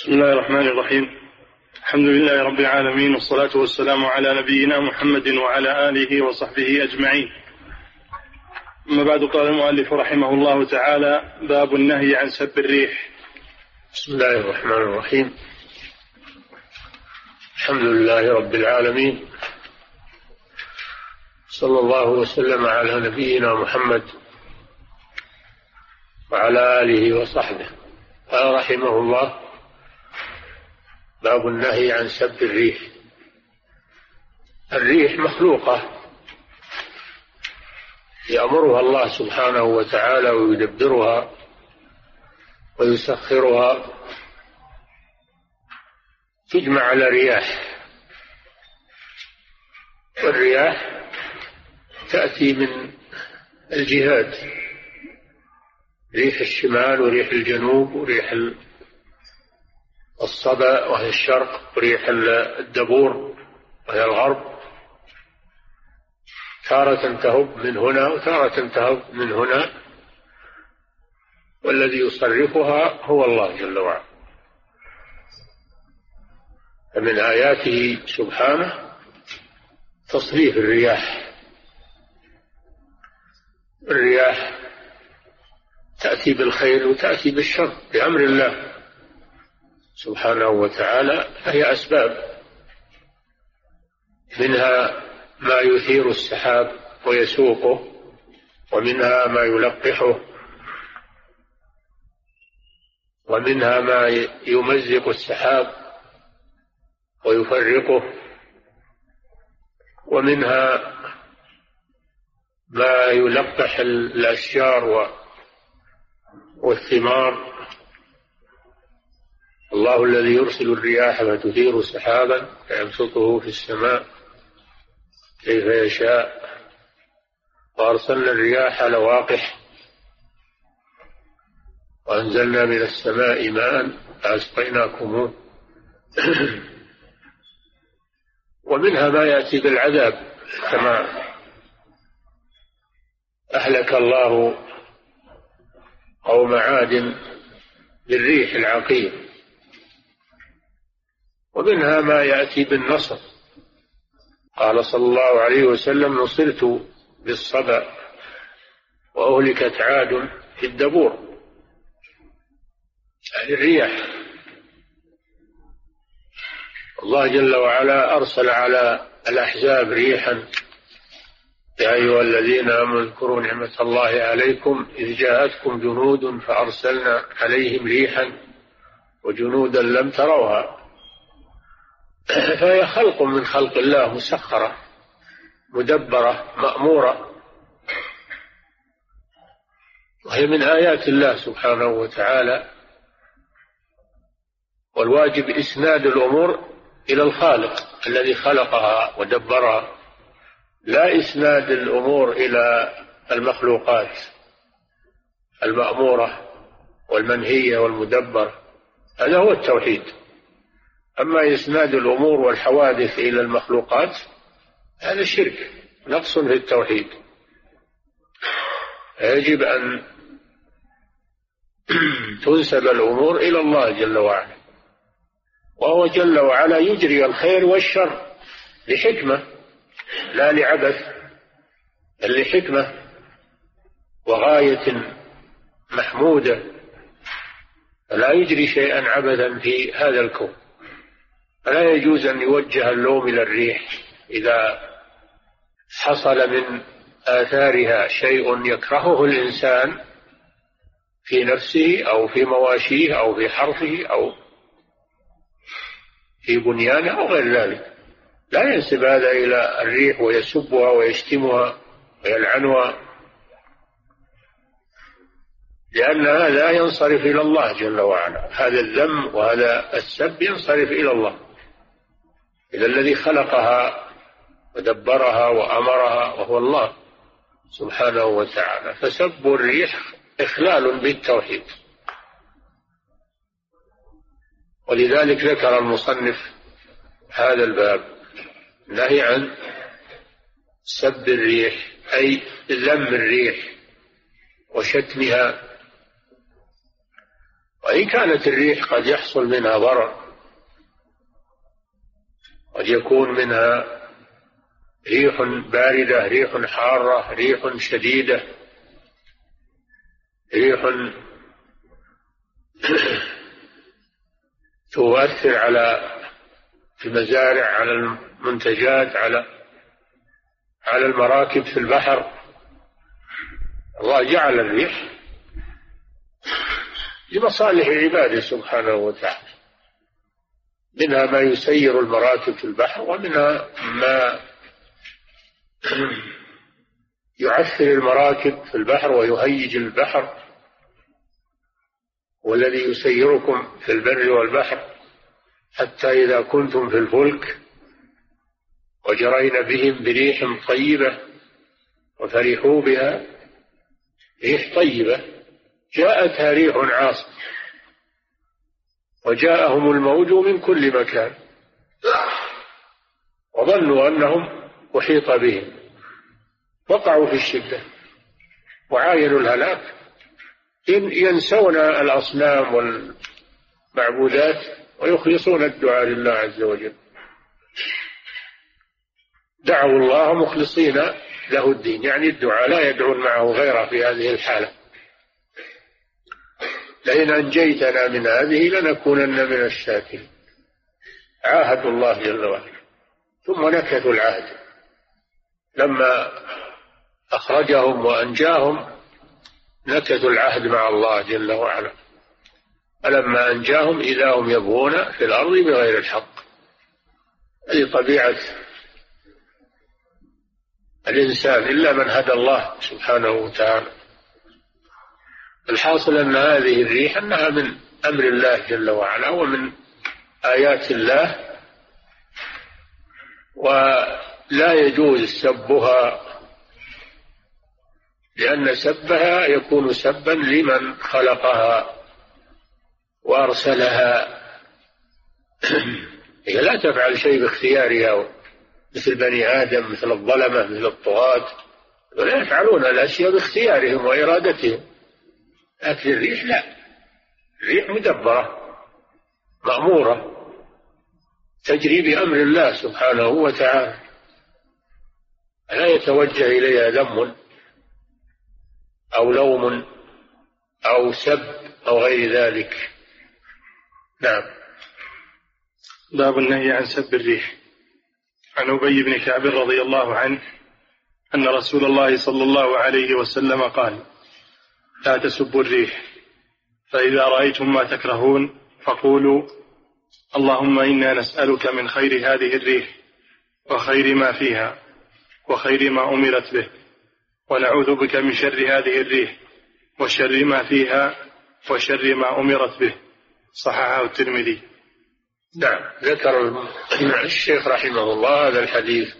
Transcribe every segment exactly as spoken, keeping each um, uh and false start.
بسم الله الرحمن الرحيم. الحمد لله رب العالمين، والصلاة والسلام على نبينا محمد وعلى آله وصحبه أجمعين. أما بعد، قال المؤلف رحمه الله تعالى: باب النهي عن سب الريح. بسم الله الرحمن الرحيم. الحمد لله رب العالمين، صلى الله وسلم على نبينا محمد وعلى آله وصحبه. قال رحمه الله: باب النهي عن سب الريح. الريح مخلوقة يأمرها الله سبحانه وتعالى ويدبرها ويسخرها، تجمع على رياح، والرياح تأتي من الجهات: ريح الشمال وريح الجنوب وريح الصبا وهي الشرق وريح الدبور وهي الغرب، تارة تهب من هنا وتارة تهب من هنا، والذي يصرفها هو الله جل وعلا. فمن آياته سبحانه تصريف الرياح. الرياح تأتي بالخير وتأتي بالشر بأمر الله سبحانه وتعالى، فهي أسباب، منها ما يثير السحاب ويسوقه، ومنها ما يلقحه، ومنها ما يمزق السحاب ويفرقه، ومنها ما يلقح الأشجار والثمار. الله الذي يرسل الرياح فتثير سحابا فيبسطه في السماء كيف يشاء، وأرسلنا الرياح لواقح وأنزلنا من السماء ماء فأسقيناكموه. ومنها ما يأتي بالعذاب، كما أهلك الله قوم عاد بالريح العقيم. ومنها ما يأتي بالنصر، قال صلى الله عليه وسلم: نصرت بالصبا وأهلكت عاد في الدبور، يعني الرياح. الله جل وعلا أرسل على الأحزاب ريحا: يا أيها الذين آمنوا اذكروا نعمة الله عليكم إذ جاءتكم جنود فأرسلنا عليهم ريحا وجنودا لم تروها. فهي خلق من خلق الله، مسخرة مدبرة مأمورة، وهي من آيات الله سبحانه وتعالى. والواجب إسناد الأمور إلى الخالق الذي خلقها ودبرها، لا إسناد الأمور إلى المخلوقات المأمورة والمنهية والمدبر. هذا هو التوحيد. أما إسناد الأمور والحوادث إلى المخلوقات هذا شرك، نقص في التوحيد. يجب أن تنسب الأمور إلى الله جل وعلا، وهو جل وعلا يجري الخير والشر لحكمة لا لعبث، بل لحكمة وغاية محمودة. فلا يجري شيئا عبثا في هذا الكون. فلا يجوز أن يوجه اللوم إلى الريح إذا حصل من آثارها شيء يكرهه الإنسان في نفسه أو في مواشيه أو في حرثه أو في بنيانه أو غير ذلك. لا ينسب هذا إلى الريح ويسبها ويشتمها ويلعنها، لأن هذا ينصرف إلى الله جل وعلا. هذا الذم وهذا السب ينصرف إلى الله، إلى الذي خلقها ودبرها وأمرها، وهو الله سبحانه وتعالى. فسب الريح إخلال بالتوحيد. ولذلك ذكر المصنف هذا الباب: نهي عن سب الريح، أي ذم الريح وشتمها وإن كانت الريح قد يحصل منها ضرر، قد يكون منها ريح باردة، ريح حارة، ريح شديدة، ريح تؤثر على المزارع، على المنتجات، على على المراكب في البحر. الله جعل الريح لمصالح عباده سبحانه وتعالى، منها ما يسير المراكب في البحر، ومنها ما يعثر المراكب في البحر ويهيج البحر، والذي يسيركم في البر والبحر حتى إذا كنتم في الفلك وجرين بهم بريح طيبة وفرحوا بها، ريح طيبة جاءتها ريح عاصف وجاءهم الموج من كل مكان وظنوا أنهم أحيط بهم، وقعوا في الشدة وعاينوا الهلاك، ينسون الأصنام والمعبودات ويخلصون الدعاء لله عز وجل. دعوا الله مخلصين له الدين، يعني الدعاء لا يدعون معه غيره في هذه الحالة. لئن أنجيتنا من هذه لنكونن من الشاكرين. عاهدوا الله جل وعلا ثم نكثوا العهد لما أخرجهم وأنجاهم، نكثوا العهد مع الله جل وعلا، فلما أنجاهم إذا هم يبغون في الأرض بغير الحق. هذه طبيعة الإنسان إلا من هدى الله سبحانه وتعالى. الحاصل أن هذه الريح أنها من أمر الله جل وعلا ومن آيات الله، ولا يجوز سبها، لأن سبها يكون سبا لمن خلقها وأرسلها. هي لا تفعل شيء باختيارها مثل بني آدم، مثل الظلمة، مثل الطغاة، ولا يفعلون الأشياء باختيارهم وإرادتهم. لكن الريح لا، الريح مدبرة مأمورة تجري بأمر الله سبحانه وتعالى، لا يتوجه إليها ذم أو لوم أو سب أو غير ذلك. نعم. باب النهي عن سب الريح. عن أبي بن كعب رضي الله عنه أن رسول الله صلى الله عليه وسلم قال: لا تسبوا الريح، فإذا رأيتم ما تكرهون فقولوا: اللهم إنا نسألك من خير هذه الريح وخير ما فيها وخير ما أمرت به، ونعوذ بك من شر هذه الريح وشر ما فيها وشر ما أمرت به. صححه الترمذي. نعم. ذكر الشيخ رحمه الله هذا الحديث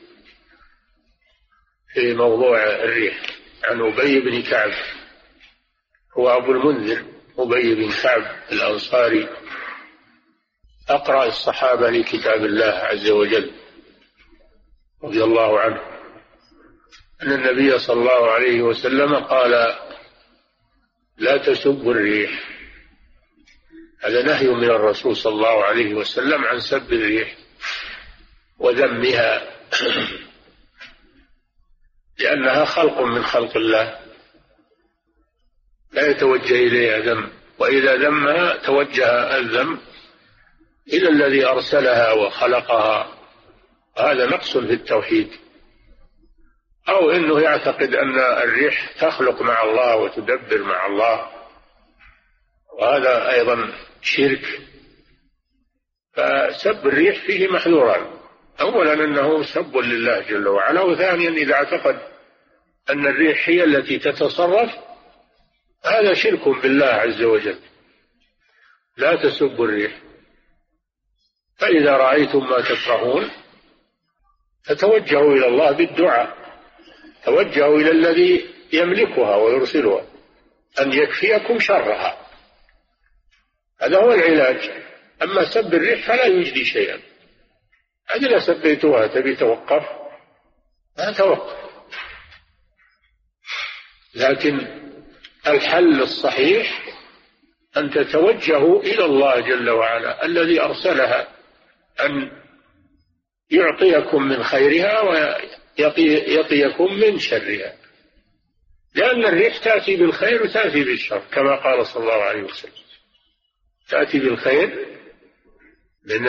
في موضوع الريح عن أبي بن كعب، هو أبو المنذر أبي بن كعب الأنصاري، أقرأ الصحابة لكتاب الله عز وجل رضي الله عنه، أن النبي صلى الله عليه وسلم قال: لا تسبوا الريح. هذا نهي من الرسول صلى الله عليه وسلم عن سب الريح وذمها، لأنها خلق من خلق الله لا يتوجه إليها ذم، وإذا ذمها توجه الذم إلى الذي أرسلها وخلقها. هذا نقص في التوحيد، أو أنه يعتقد أن الريح تخلق مع الله وتدبر مع الله، وهذا أيضا شرك. فسب الريح فيه محذوران: أولا أنه سب لله جل وعلا، وثانيا إذا اعتقد أن الريح هي التي تتصرف هذا شرك بالله عز وجل. لا تسبوا الريح، فإذا رأيتم ما تكرهون فتوجهوا إلى الله بالدعاء، توجهوا إلى الذي يملكها ويرسلها أن يكفيكم شرها، هذا هو العلاج. أما سب الريح فلا يجدي شيئا. هذه لا سبيتوها تبي توقف، لا توقف. لكن الحل الصحيح أن تتوجهوا إلى الله جل وعلا الذي أرسلها أن يعطيكم من خيرها ويقيكم من شرها، لأن الريح تأتي بالخير وتأتي بالشر كما قال صلى الله عليه وسلم. تأتي بالخير من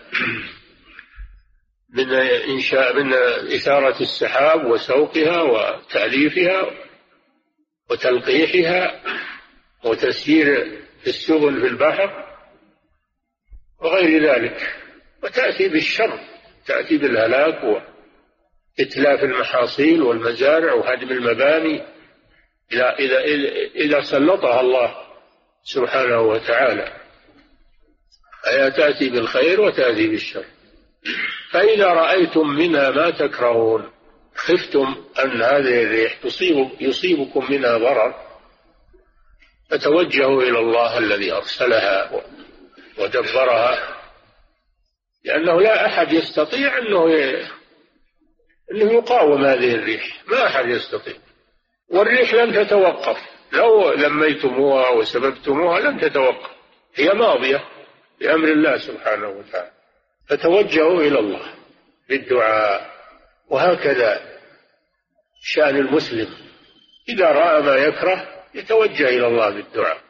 من إنشاء من إثارة السحاب وسوقها وتأليفها وتلقيحها وتسيير السفن في البحر وغير ذلك، وتأتي بالشر، تأتي بالهلاك وإتلاف المحاصيل والمزارع وهدم المباني إذا إذا إذا سلطها الله سبحانه وتعالى. أي تأتي بالخير وتأتي بالشر. فإذا رأيتم منها ما تكرهون، خفتم أن هذه الريح تصيب يصيبكم منها ضرر، فتوجهوا إلى الله الذي أرسلها ودبرها، لأنه لا أحد يستطيع أنه أنه يقاوم هذه الريح، ما أحد يستطيع. والريح لن تتوقف، لو لميتموها وسببتموها لن تتوقف، هي ماضية بأمر الله سبحانه وتعالى. فتوجهوا إلى الله بالدعاء. وهكذا شأن المسلم، إذا رأى ما يكره يتوجه إلى الله بالدعاء.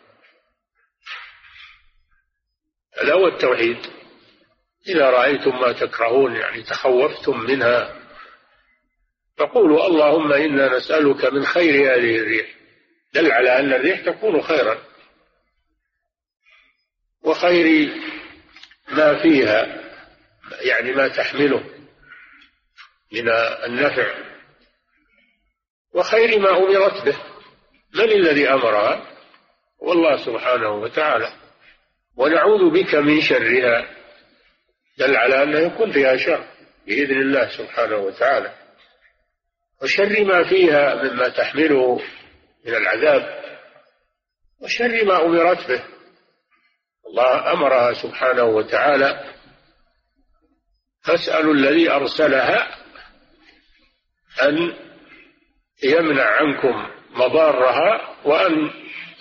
هذا هو التوحيد. إذا رأيتم ما تكرهون يعني تخوفتم منها فقولوا اللهم إنا نسألك من خير هذه الريح، دل على أن الريح تكون خيرا، وخير ما فيها يعني ما تحمله من النفع، وخير ما أمرت به. من الذي أمرها؟ والله سبحانه وتعالى. ونعوذ بك من شرها، دل على أنه يكون فيها شر بإذن الله سبحانه وتعالى، وشر ما فيها مما تحمله من العذاب، وشر ما أمرت به. الله أمرها سبحانه وتعالى فاسألوا الذي أرسلها أن يمنع عنكم مضارها وأن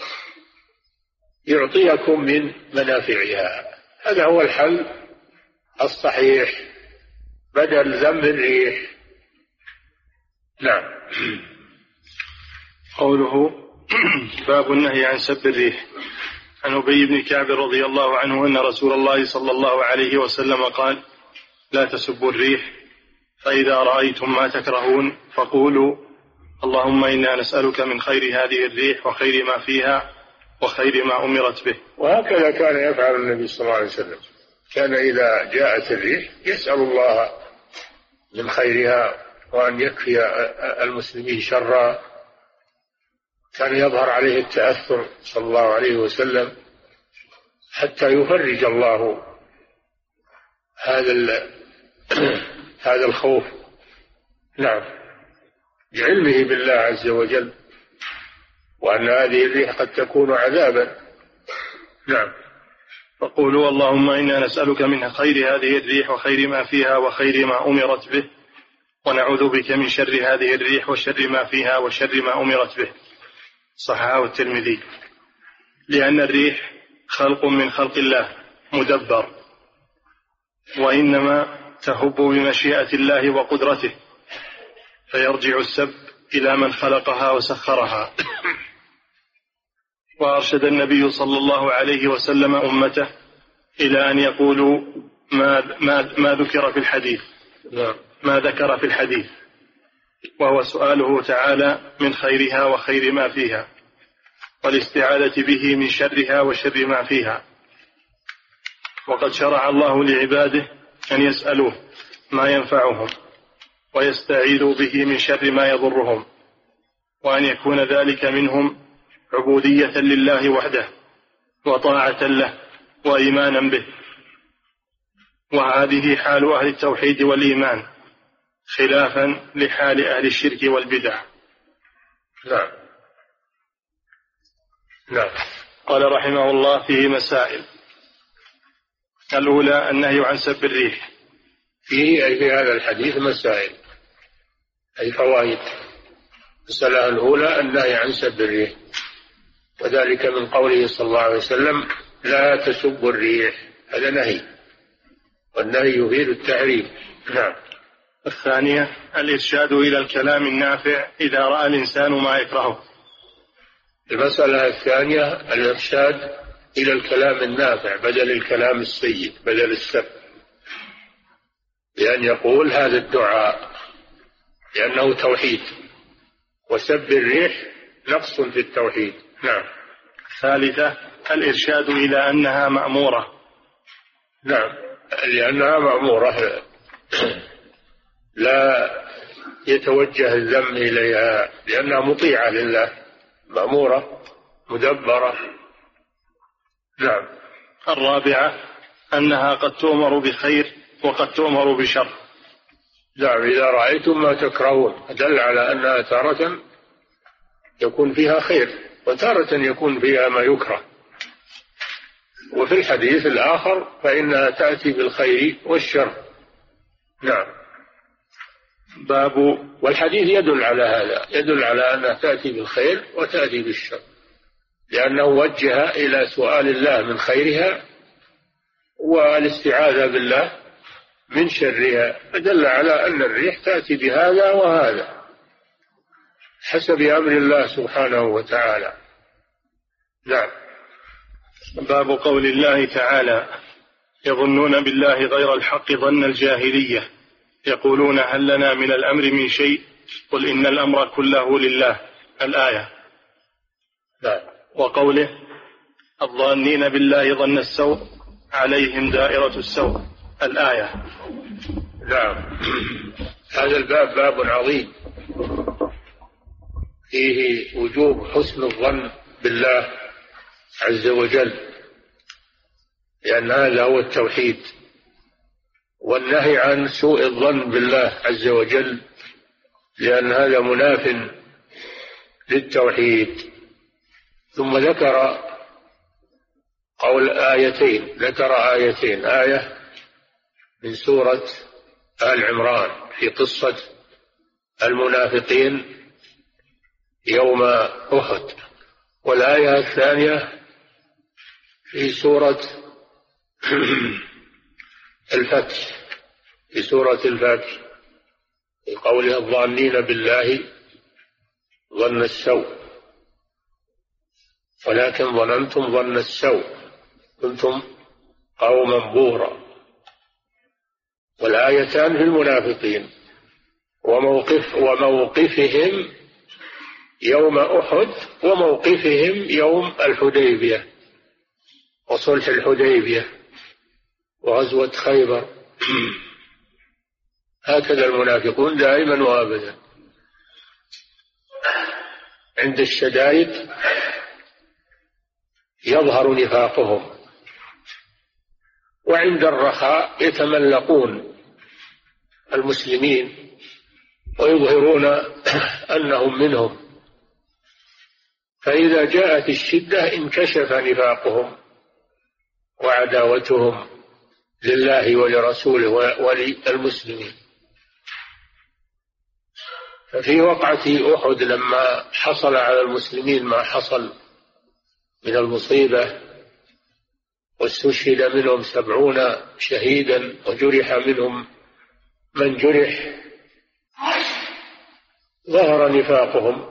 يعطيكم من منافعها. هذا هو الحل الصحيح بدل ذم الريح. نعم. قوله باب النهي عن سب الريح. عن أبي بن كعب رضي الله عنه أن رسول الله صلى الله عليه وسلم قال: لا تسبوا الريح، فإذا رأيتم ما تكرهون فقولوا اللهم إنا نسألك من خير هذه الريح وخير ما فيها وخير ما أمرت به. وهكذا كان يفعل النبي صلى الله عليه وسلم، كان إذا جاءت الريح يسأل الله من خيرها وأن يكفي المسلمين شرها. كان يظهر عليه التأثر صلى الله عليه وسلم حتى يفرج الله هذا هذا الخوف. نعم، بعلمه بالله عز وجل وأن هذه الريح قد تكون عذابا. نعم. فقولوا اللهم إنا نسألك من خير هذه الريح وخير ما فيها وخير ما أمرت به، ونعوذ بك من شر هذه الريح وشر ما فيها وشر ما أمرت به. صححه الترمذي. لأن الريح خلق من خلق الله مدبر، وإنما تهب بمشيئة الله وقدرته، فيرجع السب إلى من خلقها وسخرها. وأرشد النبي صلى الله عليه وسلم أمته إلى أن يقولوا ما, ما, ما ذكر في الحديث ما ذكر في الحديث وهو سؤاله تعالى من خيرها وخير ما فيها، والاستعاذة به من شرها وشر ما فيها. وقد شرع الله لعباده أن يسألوه ما ينفعهم ويستعيذوا به من شر ما يضرهم، وأن يكون ذلك منهم عبودية لله وحده وطاعة له وإيمانا به. وهذه حال أهل التوحيد والإيمان، خلافا لحال أهل الشرك والبدع. نعم. نعم. قال رحمه الله فيه مسائل. الأولى النهي عن سب الريح. فيه أي في هذا الحديث مسائل أي فوائد. المسألة الأولى النهي عن سب الريح. وذلك من قوله صلى الله عليه وسلم: لا تسبوا الريح. هذا نهي، والنهي يفيد التحريم. نعم. الثانية الإرشاد إلى الكلام النافع إذا رأى الإنسان ما يكرهه. المسألة الثانية الإرشاد إلى الكلام النافع بدل الكلام السيء، بدل السب، بأن يقول هذا الدعاء، لأنه توحيد، وسب الريح نقص في التوحيد. نعم. الثالثة الإرشاد إلى أنها مأمورة. نعم، لأنها مأمورة لا يتوجه الذم إليها، لأنها مطيعة لله، مأمورة مدبرة. نعم. الرابعة أنها قد تؤمر بخير وقد تؤمر بشر. نعم، إذا رأيتم ما تكرهون دل على أنها تارة يكون فيها خير وتارة يكون فيها ما يكره. وفي الحديث الآخر فإنها تأتي بالخير والشر. نعم. باب والحديث يدل على هذا، يدل على أنها تأتي بالخير وتأتي بالشر، لأنه وجه إلى سؤال الله من خيرها والاستعاذة بالله من شرها، فدل على أن الريح تأتي بهذا وهذا حسب أمر الله سبحانه وتعالى. نعم. باب قول الله تعالى: يظنون بالله غير الحق ظن الجاهلية يقولون هل لنا من الأمر من شيء قل إن الأمر كله لله. الآية. نعم. وقوله: الظانين بالله ظن السوء عليهم دائرة السوء. الآية. نعم. هذا الباب باب عظيم فيه وجوب حسن الظن بالله عز وجل، لأن هذا هو التوحيد، والنهي عن سوء الظن بالله عز وجل، لأن هذا مناف للتوحيد. ثم ذكر قول آيتين، ذكر آيتين، آية من سورة آل عمران في قصة المنافقين يوم أحد، والآية الثانية في سورة الفتح، في سورة الفتح في قولها: الظانين بالله ظن السوء ولكن ظننتم ظن السوء كنتم قوما بورا. والآيتان في المنافقين وموقف وموقفهم يوم أحد وموقفهم يوم الحديبية وصلح الحديبية وغزوة خيبر. هكذا المنافقون دائما وابدا، عند الشدائد يظهر نفاقهم، وعند الرخاء يتملقون المسلمين ويظهرون أنهم منهم، فإذا جاءت الشدة انكشف نفاقهم وعداوتهم لله ولرسوله وللمسلمين. ففي وقعة أحد لما حصل على المسلمين ما حصل من المصيبة واستشهد منهم سبعون شهيدا وجرح منهم من جرح، ظهر نفاقهم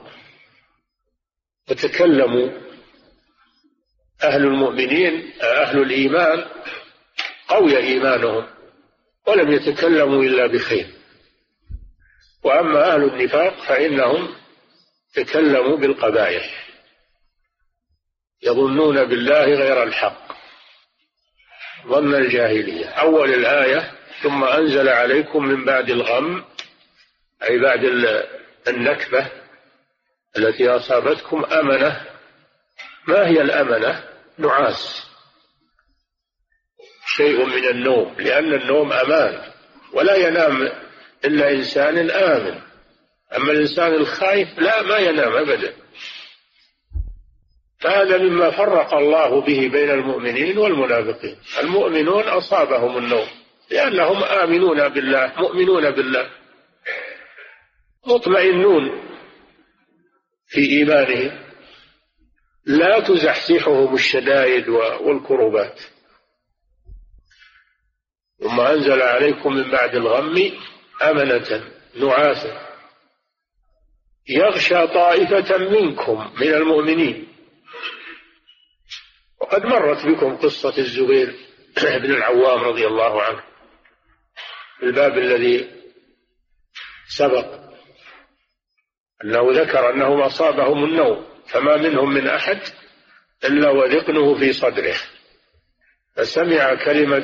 وتكلموا أهل المؤمنين أهل الإيمان قوي إيمانهم ولم يتكلموا إلا بخير، وأما أهل النفاق فإنهم تكلموا بالقبائح، يظنون بالله غير الحق ظن الجاهلية. أول الآية: ثم أنزل عليكم من بعد الغم، أي بعد النكبة التي أصابتكم أمنة. ما هي الأمنة؟ نعاس، شيء من النوم، لأن النوم أمان، ولا ينام إلا إنسان آمن، أما الإنسان الخائف لا، ما ينام أبدا. فهذا مما فرق الله به بين المؤمنين والمنافقين. المؤمنون أصابهم النوم لأنهم آمنون بالله، مؤمنون بالله، مطمئنون في إيمانهم، لا تزحزحهم الشدائد والكربات. ثم أنزل عليكم من بعد الغم أمنة نعاسا يغشى طائفة منكم من المؤمنين. وقد مرت بكم قصة الزبير بن العوام رضي الله عنه في الباب الذي سبق، أنه ذكر أنهم أصابهم النوم فما منهم من أحد إلا وذقنه في صدره، فسمع كلمة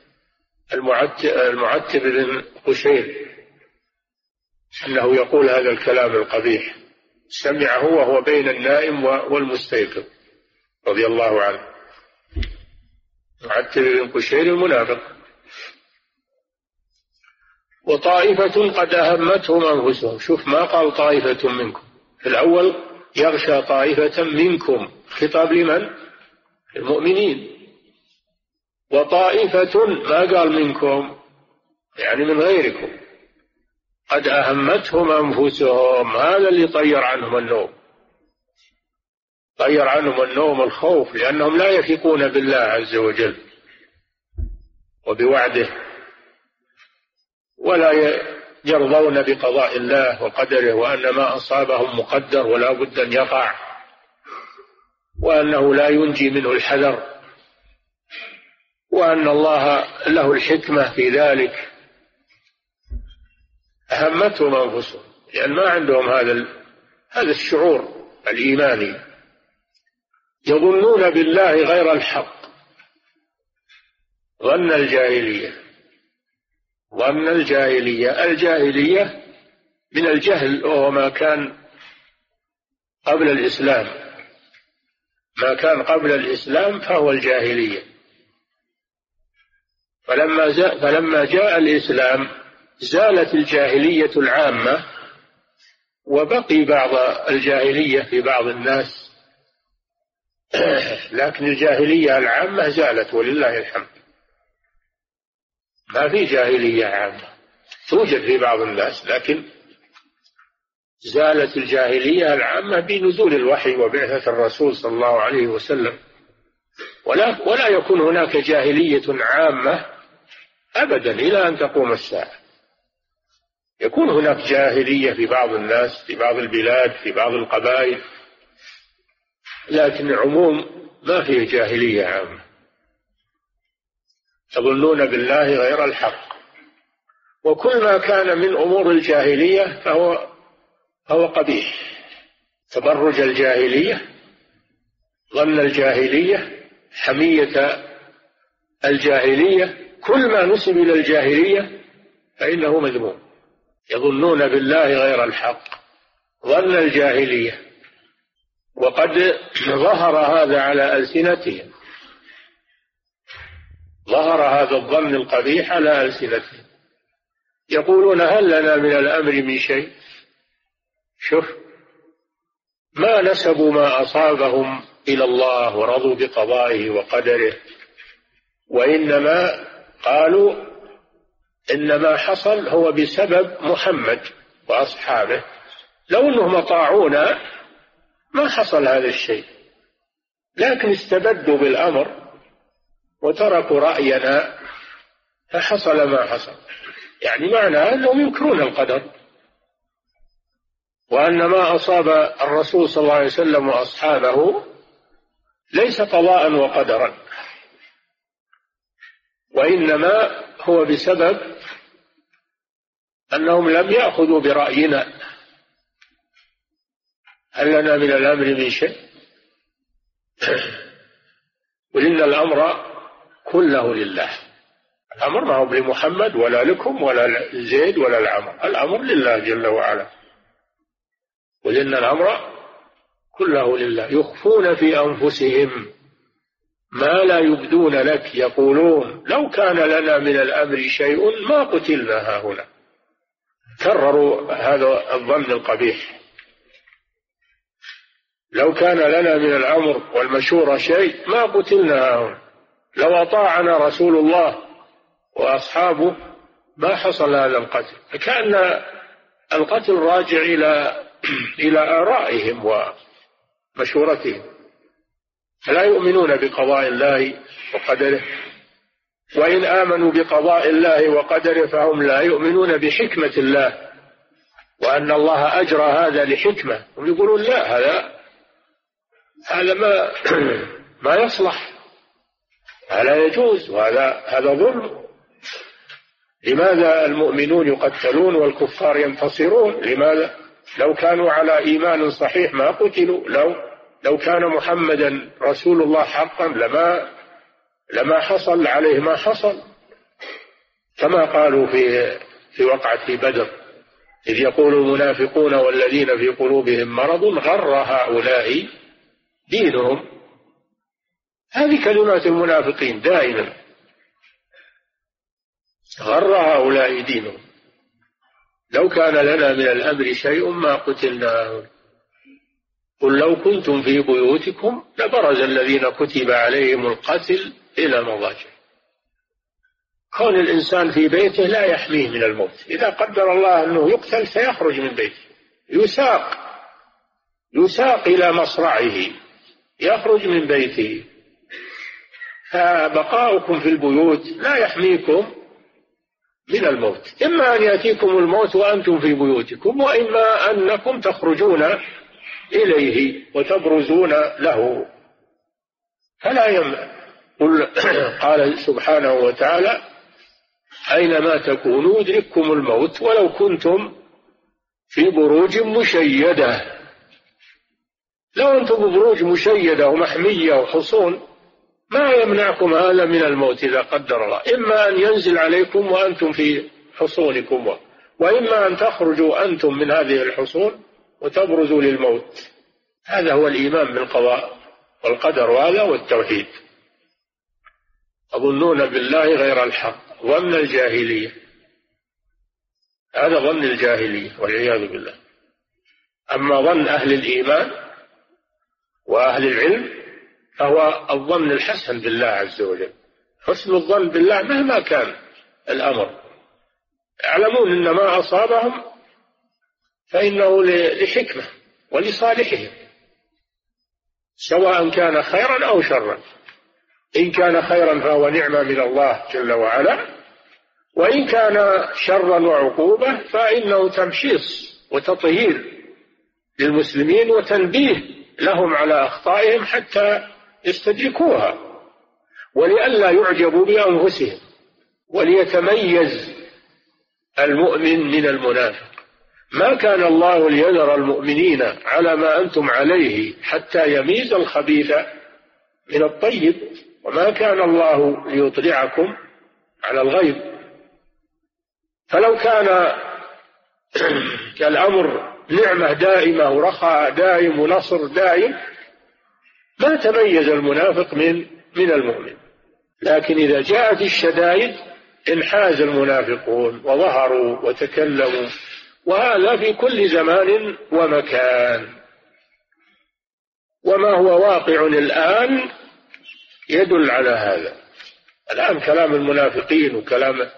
المعتب بن قشير أنه يقول هذا الكلام القبيح، سمعه وهو بين النائم والمستيقظ رضي الله عنه، معتب بن قشير المنافق. وطائفة قد أهمتهم أنفسهم، شوف ما قال طائفة منكم، في الأول يغشى طائفة منكم، خطاب لمن؟ المؤمنين. وطائفة ما قال منكم، يعني من غيركم، قد أهمتهم أنفسهم، هذا اللي طير عنهم النوم، طير عنهم النوم الخوف، لأنهم لا يثقون بالله عز وجل وبوعده، ولا يرضون بقضاء الله وقدره، وأن ما أصابهم مقدر ولا بد أن يقع، وأنه لا ينجي منه الحذر، وأن الله له الحكمة في ذلك. أهمتهم أنفسهم، لأن يعني ما عندهم هذا هذا الشعور الإيماني، يظنون بالله غير الحق ظن الجاهلية. ظن الجاهلية، الجاهلية من الجهل، وهو ما كان قبل الإسلام، ما كان قبل الإسلام فهو الجاهلية. فلما جاء, فلما جاء الإسلام زالت الجاهلية العامة، وبقي بعض الجاهلية في بعض الناس، لكن الجاهلية العامة زالت ولله الحمد. ما في جاهلية عامة، توجد في بعض الناس، لكن زالت الجاهلية العامة بنزول الوحي وبعثة الرسول صلى الله عليه وسلم. ولا, ولا يكون هناك جاهلية عامة أبدا إلى أن تقوم الساعة. يكون هناك جاهلية في بعض الناس، في بعض البلاد، في بعض القبائل، لكن عموم ما فيه جاهلية عامة. يظنون بالله غير الحق، وكل ما كان من أمور الجاهلية فهو فهو قبيح. تبرج الجاهلية، ظن الجاهلية، حمية الجاهلية، كل ما نسب إلى الجاهلية فإنه مذموم. يظنون بالله غير الحق، ظن الجاهلية، وقد ظهر هذا على ألسنتهم، ظهر هذا الظن القبيح على ألسنتهم، يقولون هل لنا من الأمر من شيء. شوف، ما نسبوا ما أصابهم إلى الله ورضوا بقضائه وقدره، وإنما قالوا إن ما حصل هو بسبب محمد وأصحابه، لو أنهم أطاعونا ما حصل هذا الشيء، لكن استبدوا بالأمر وتركوا رأينا فحصل ما حصل. يعني معنى أنهم ينكرون القدر، وأن ما أصاب الرسول صلى الله عليه وسلم وأصحابه ليس قضاء وقدرا، وإنما هو بسبب أنهم لم يأخذوا برأينا. هل لنا من الأمر من شيء؟ ولأن الأمر كله لله. الأمر ما هو لمحمد ولا لكم ولا زيد ولا العمر، الأمر لله جل وعلا. ولأن الأمر كله لله. يخفون في أنفسهم ما لا يبدون لك، يقولون لو كان لنا من الأمر شيء ما قتلنا هاهنا. كرروا هذا الظن القبيح، لو كان لنا من الأمر والمشورة شيء ما قتلنا هاهنا، لو أطاعنا رسول الله وأصحابه ما حصل هذا القتل. فكأن القتل راجع إلى إلى آرائهم ومشورتهم، فلا يؤمنون بقضاء الله وقدره، وإن آمنوا بقضاء الله وقدره فهم لا يؤمنون بحكمة الله، وأن الله أجرى هذا لحكمة. هم يقولون لا، هذا هذا ما ما يصلح، هذا يجوز، وهذا هذا ظلم. لماذا المؤمنون يقتلون والكفار ينتصرون؟ لماذا؟ لو كانوا على إيمان صحيح ما قتلوا. لو لو كان محمدا رسول الله حقا لما لما حصل عليه ما حصل، كما قالوا في في وقعة بدر إذ يقول المنافقون والذين في قلوبهم مرض غر هؤلاء دينهم. هذه كلمات المنافقين دائما، غر هؤلاء دينهم. لو كان لنا من الأمر شيء ما قتلنا. قل لو كنتم في بيوتكم لبرز الذين كتب عليهم القتل إلى مضاجع. كون الإنسان في بيته لا يحميه من الموت. إذا قدر الله أنه يقتل سيخرج من بيته، يساق يساق إلى مصرعه، يخرج من بيته. فبقاؤكم في البيوت لا يحميكم من الموت. إما أن يأتيكم الموت وأنتم في بيوتكم، وإما أنكم تخرجون إليه وتبرزون له. فلا يم قل قال سبحانه وتعالى أينما تكونوا يدرككم الموت ولو كنتم في بروج مشيدة. لو أنتم ببروج مشيدة ومحمية وحصون ما يمنعكم هذا من الموت إذا قدر الله. إما أن ينزل عليكم وأنتم في حصونكم، وإما أن تخرجوا أنتم من هذه الحصون وتبرزوا للموت. هذا هو الإيمان بالقضاء والقدر، وهذا هو التوحيد. يظنون بالله غير الحق ظن الجاهلية، هذا ظن الجاهلية والعياذ بالله. أما ظن أهل الإيمان وأهل العلم فهو الظن الحسن بالله عز وجل. حسن الظن بالله مهما كان الأمر، يعلمون أن ما أصابهم فإنه لحكمة ولصالحهم، سواء كان خيرا أو شرا. إن كان خيرا فهو نعمة من الله جل وعلا، وإن كان شرا وعقوبة فإنه تمحيص وتطهير للمسلمين وتنبيه لهم على أخطائهم حتى يستدركوها، ولئلا يعجبوا بأنفسهم، وليتميز المؤمن من المنافق. ما كان الله ليذر المؤمنين على ما أنتم عليه حتى يميز الخبيث من الطيب، وما كان الله ليطلعكم على الغيب. فلو كان الأمر نعمة دائمة ورخاء دائم ونصر دائم ما تميز المنافق من من المؤمن. لكن إذا جاءت الشدائد انحاز المنافقون وظهروا وتكلموا، وهذا في كل زمان ومكان. وما هو واقع الآن يدل على هذا. الآن كلام المنافقين وكلام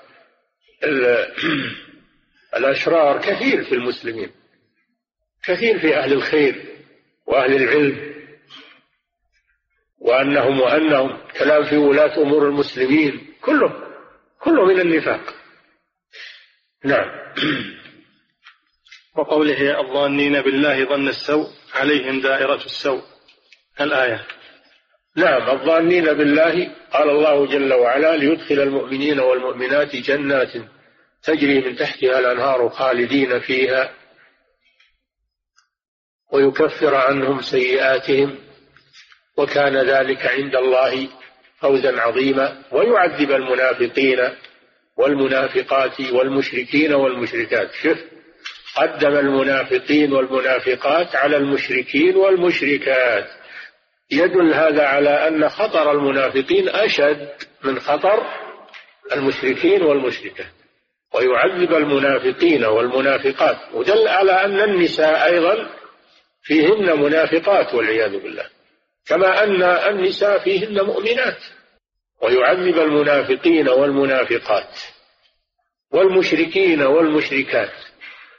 الأشرار كثير في المسلمين، كثير في أهل الخير وأهل العلم، وأنهم وأنهم كلام في ولاة أمور المسلمين، كله كله من النفاق. نعم. وقوله الظانين بالله ظن السوء عليهم دائرة السوء، الآية. نعم، الظانين بالله قال الله جل وعلا ليدخل المؤمنين والمؤمنات جنات تجري من تحتها الأنهار خالدين فيها ويكفر عنهم سيئاتهم وكان ذلك عند الله فوزا عظيما، ويعذب المنافقين والمنافقات والمشركين والمشركات. شوف، قدم المنافقين والمنافقات على المشركين والمشركات، يدل هذا على أن خطر المنافقين أشد من خطر المشركين والمشركات. ويعذب المنافقين والمنافقات، ودل على أن النساء أيضا فيهن منافقات والعياذ بالله، كما أن النساء فيهن مؤمنات. ويعذب المنافقين والمنافقات والمشركين والمشركات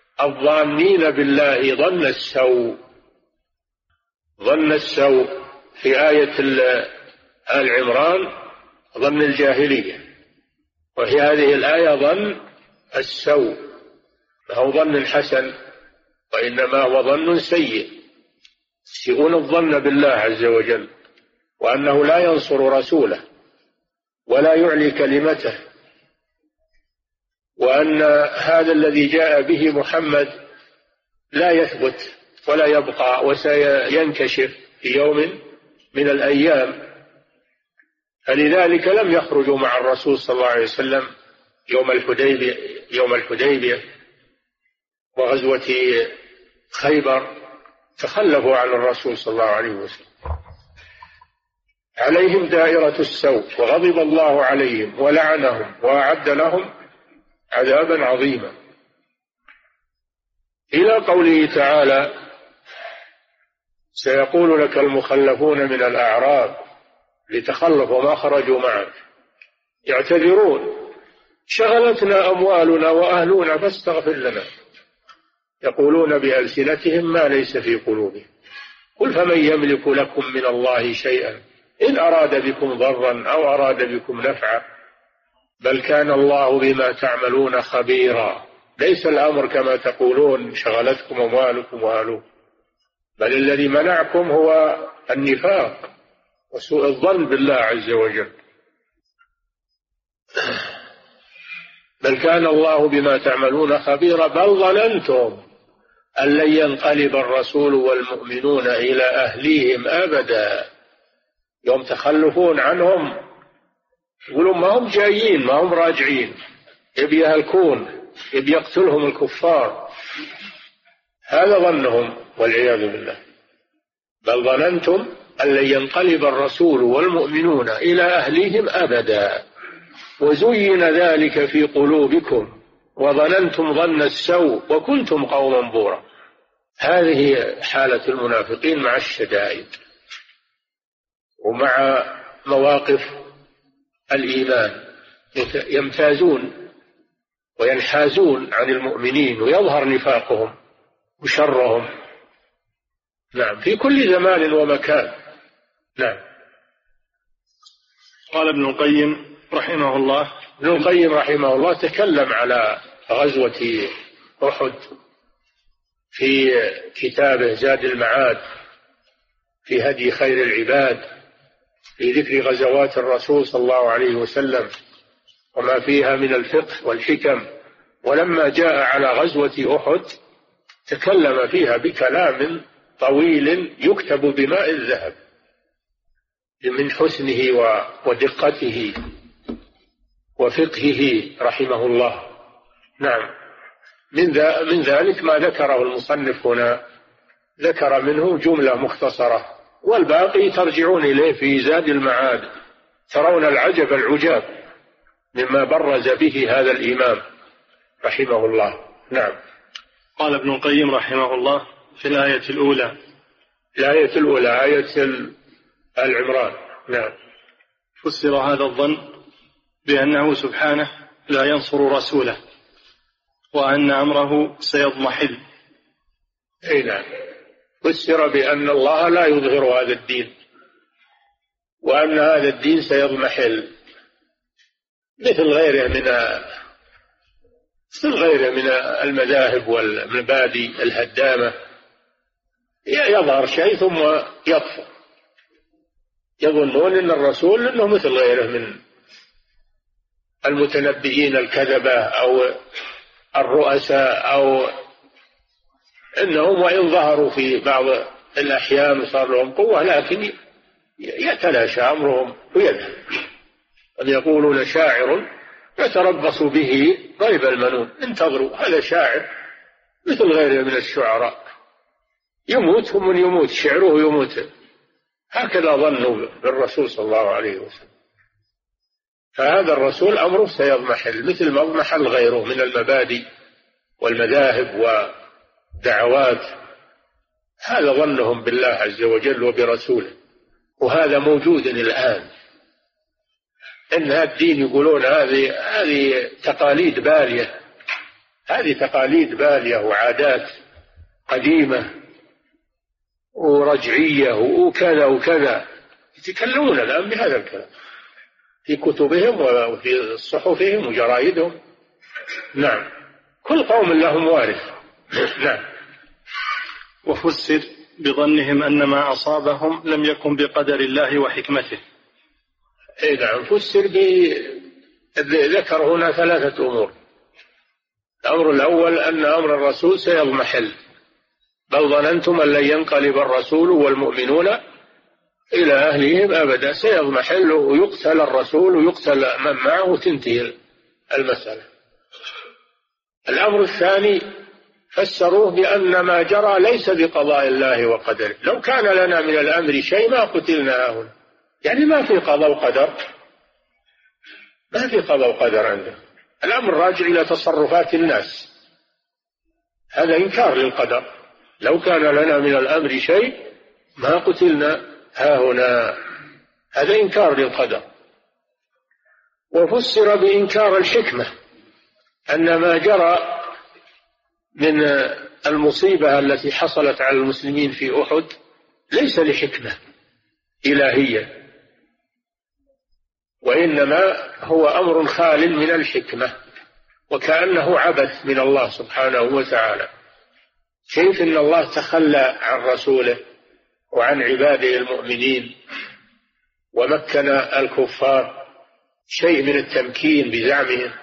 الظانين بالله ظن السوء. ظن السوء في آية آل عمران ظن الجاهلية، وفي هذه الآية ظن السوء، فهو ظن حسن وإنما هو ظن سيء، يسيئون الظن بالله عز وجل وأنه لا ينصر رسوله ولا يعلي كلمته، وأن هذا الذي جاء به محمد لا يثبت ولا يبقى وسينكشف في يوم من الأيام، فلذلك لم يخرجوا مع الرسول صلى الله عليه وسلم يوم الحديبية يوم الحديبية وغزوة خيبر، تخلفوا عن الرسول صلى الله عليه وسلم. عليهم دائرة السوء وغضب الله عليهم ولعنهم وأعد لهم عذابا عظيما، إلى قوله تعالى: سيقول لك المخلفون من الأعراب لتخلفوا ما خرجوا معك يعتذرون شغلتنا أموالنا وأهلنا فاستغفر لنا، يقولون بألسنتهم ما ليس في قلوبهم، قل فمن يملك لكم من الله شيئا إن أراد بكم ضرا أو أراد بكم نفعا بل كان الله بما تعملون خبيرا. ليس الأمر كما تقولون شغلتكم أموالكم وأهلكم، بل الذي منعكم هو النفاق وسوء الظن بالله عز وجل، بل كان الله بما تعملون خبيرا بل ظننتم أن لن ينقلب الرسول والمؤمنون إلى أهليهم أبدا. يوم تخلفون عنهم يقولون ما هم جايين ما هم راجعين، يبي يهلكون يبي يقتلهم الكفار، هذا ظنهم والعياذ بالله. بل ظننتم أن لن ينقلب الرسول والمؤمنون إلى أهليهم أبدا وزين ذلك في قلوبكم وظننتم ظن السوء وكنتم قوما بورا. هذه حالة المنافقين مع الشدائد ومع مواقف الإيمان، يمتازون وينحازون عن المؤمنين ويظهر نفاقهم وشرهم. نعم، في كل زمان ومكان. نعم. قال ابن القيم رحمه الله ابن القيم رحمه الله تكلم على غزوة أحد في كتابه زاد المعاد في هدي خير العباد، في ذكر غزوات الرسول صلى الله عليه وسلم وما فيها من الفقه والحكم. ولما جاء على غزوة أحد تكلم فيها بكلام طويل يكتب بماء الذهب من حسنه ودقته وفقهه رحمه الله. نعم، من ذلك ما ذكره المصنف هنا، ذكر منه جملة مختصرة والباقي ترجعون إليه في زاد المعاد، ترون العجب العجاب مما برز به هذا الإمام رحمه الله. نعم. قال ابن القيم رحمه الله في الآية الأولى الآية الأولى آية آل عمران. نعم. فسر هذا الظن بأنه سبحانه لا ينصر رسوله وأن أمره سيضمحل. أي نعم، فسر بأن الله لا يظهر هذا الدين وأن هذا الدين سيضمحل مثل غيره من مثل غيره من المذاهب والمبادئ الهدامة، يظهر شيء ثم يطفو. يظنون أن الرسول أنه مثل غيره من المتنبئين الكذبة أو الرؤساء، أو أنهم وإن ظهروا في بعض الأحيان وصار لهم قوة لكن يتلاشى أمرهم ويذهب. أن يقولون شاعر يتربص به ريب المنون، انتظروا هذا شاعر مثل غيره من الشعراء يموت ومن يموت شعره يموت. هكذا ظنوا بالرسول صلى الله عليه وسلم. فهذا الرسول أمره سيضمحل مثل ما اضمحل غيره من المبادئ والمذاهب ودعوات. هذا ظنهم بالله عز وجل وبرسوله، وهذا موجود الآن. إن الدين يقولون هذه هذه تقاليد بالية، هذه تقاليد بالية وعادات قديمة ورجعية وكذا وكذا، يتكلمون الآن بهذا الكلام في كتبهم وفي صحفهم وجرائدهم. نعم، كل قوم لهم وارث. نعم. وفسر بظنهم أن ما أصابهم لم يكن بقدر الله وحكمته. إيه نعم، فسر ب... ذكر هنا ثلاثة أمور. الأمر الأول أن أمر الرسول سيضمحل، بل ظننتم أن لن ينقلب الرسول والمؤمنون إلى أهلهم أبدا، سيضمحل ويقتل الرسول ويقتل من معه وتنتهي المسألة. الأمر الثاني فسروه بأن ما جرى ليس بقضاء الله وقدره، لو كان لنا من الأمر شيء ما قتلنا هنا، يعني ما في قضاء وقدر، ما في قضاء وقدر عنده، الأمر راجع إلى تصرفات الناس، هذا إنكار للقدر، لو كان لنا من الأمر شيء ما قتلنا ها هنا، هذا إنكار للقدر. وفسر بإنكار الحكمة، أن ما جرى من المصيبة التي حصلت على المسلمين في أحد ليس لحكمة إلهية، وإنما هو أمر خال من الحكمة، وكأنه عبث من الله سبحانه وتعالى. كيف إن الله تخلى عن رسوله وعن عباده المؤمنين ومكن الكفار شيء من التمكين بزعمهم،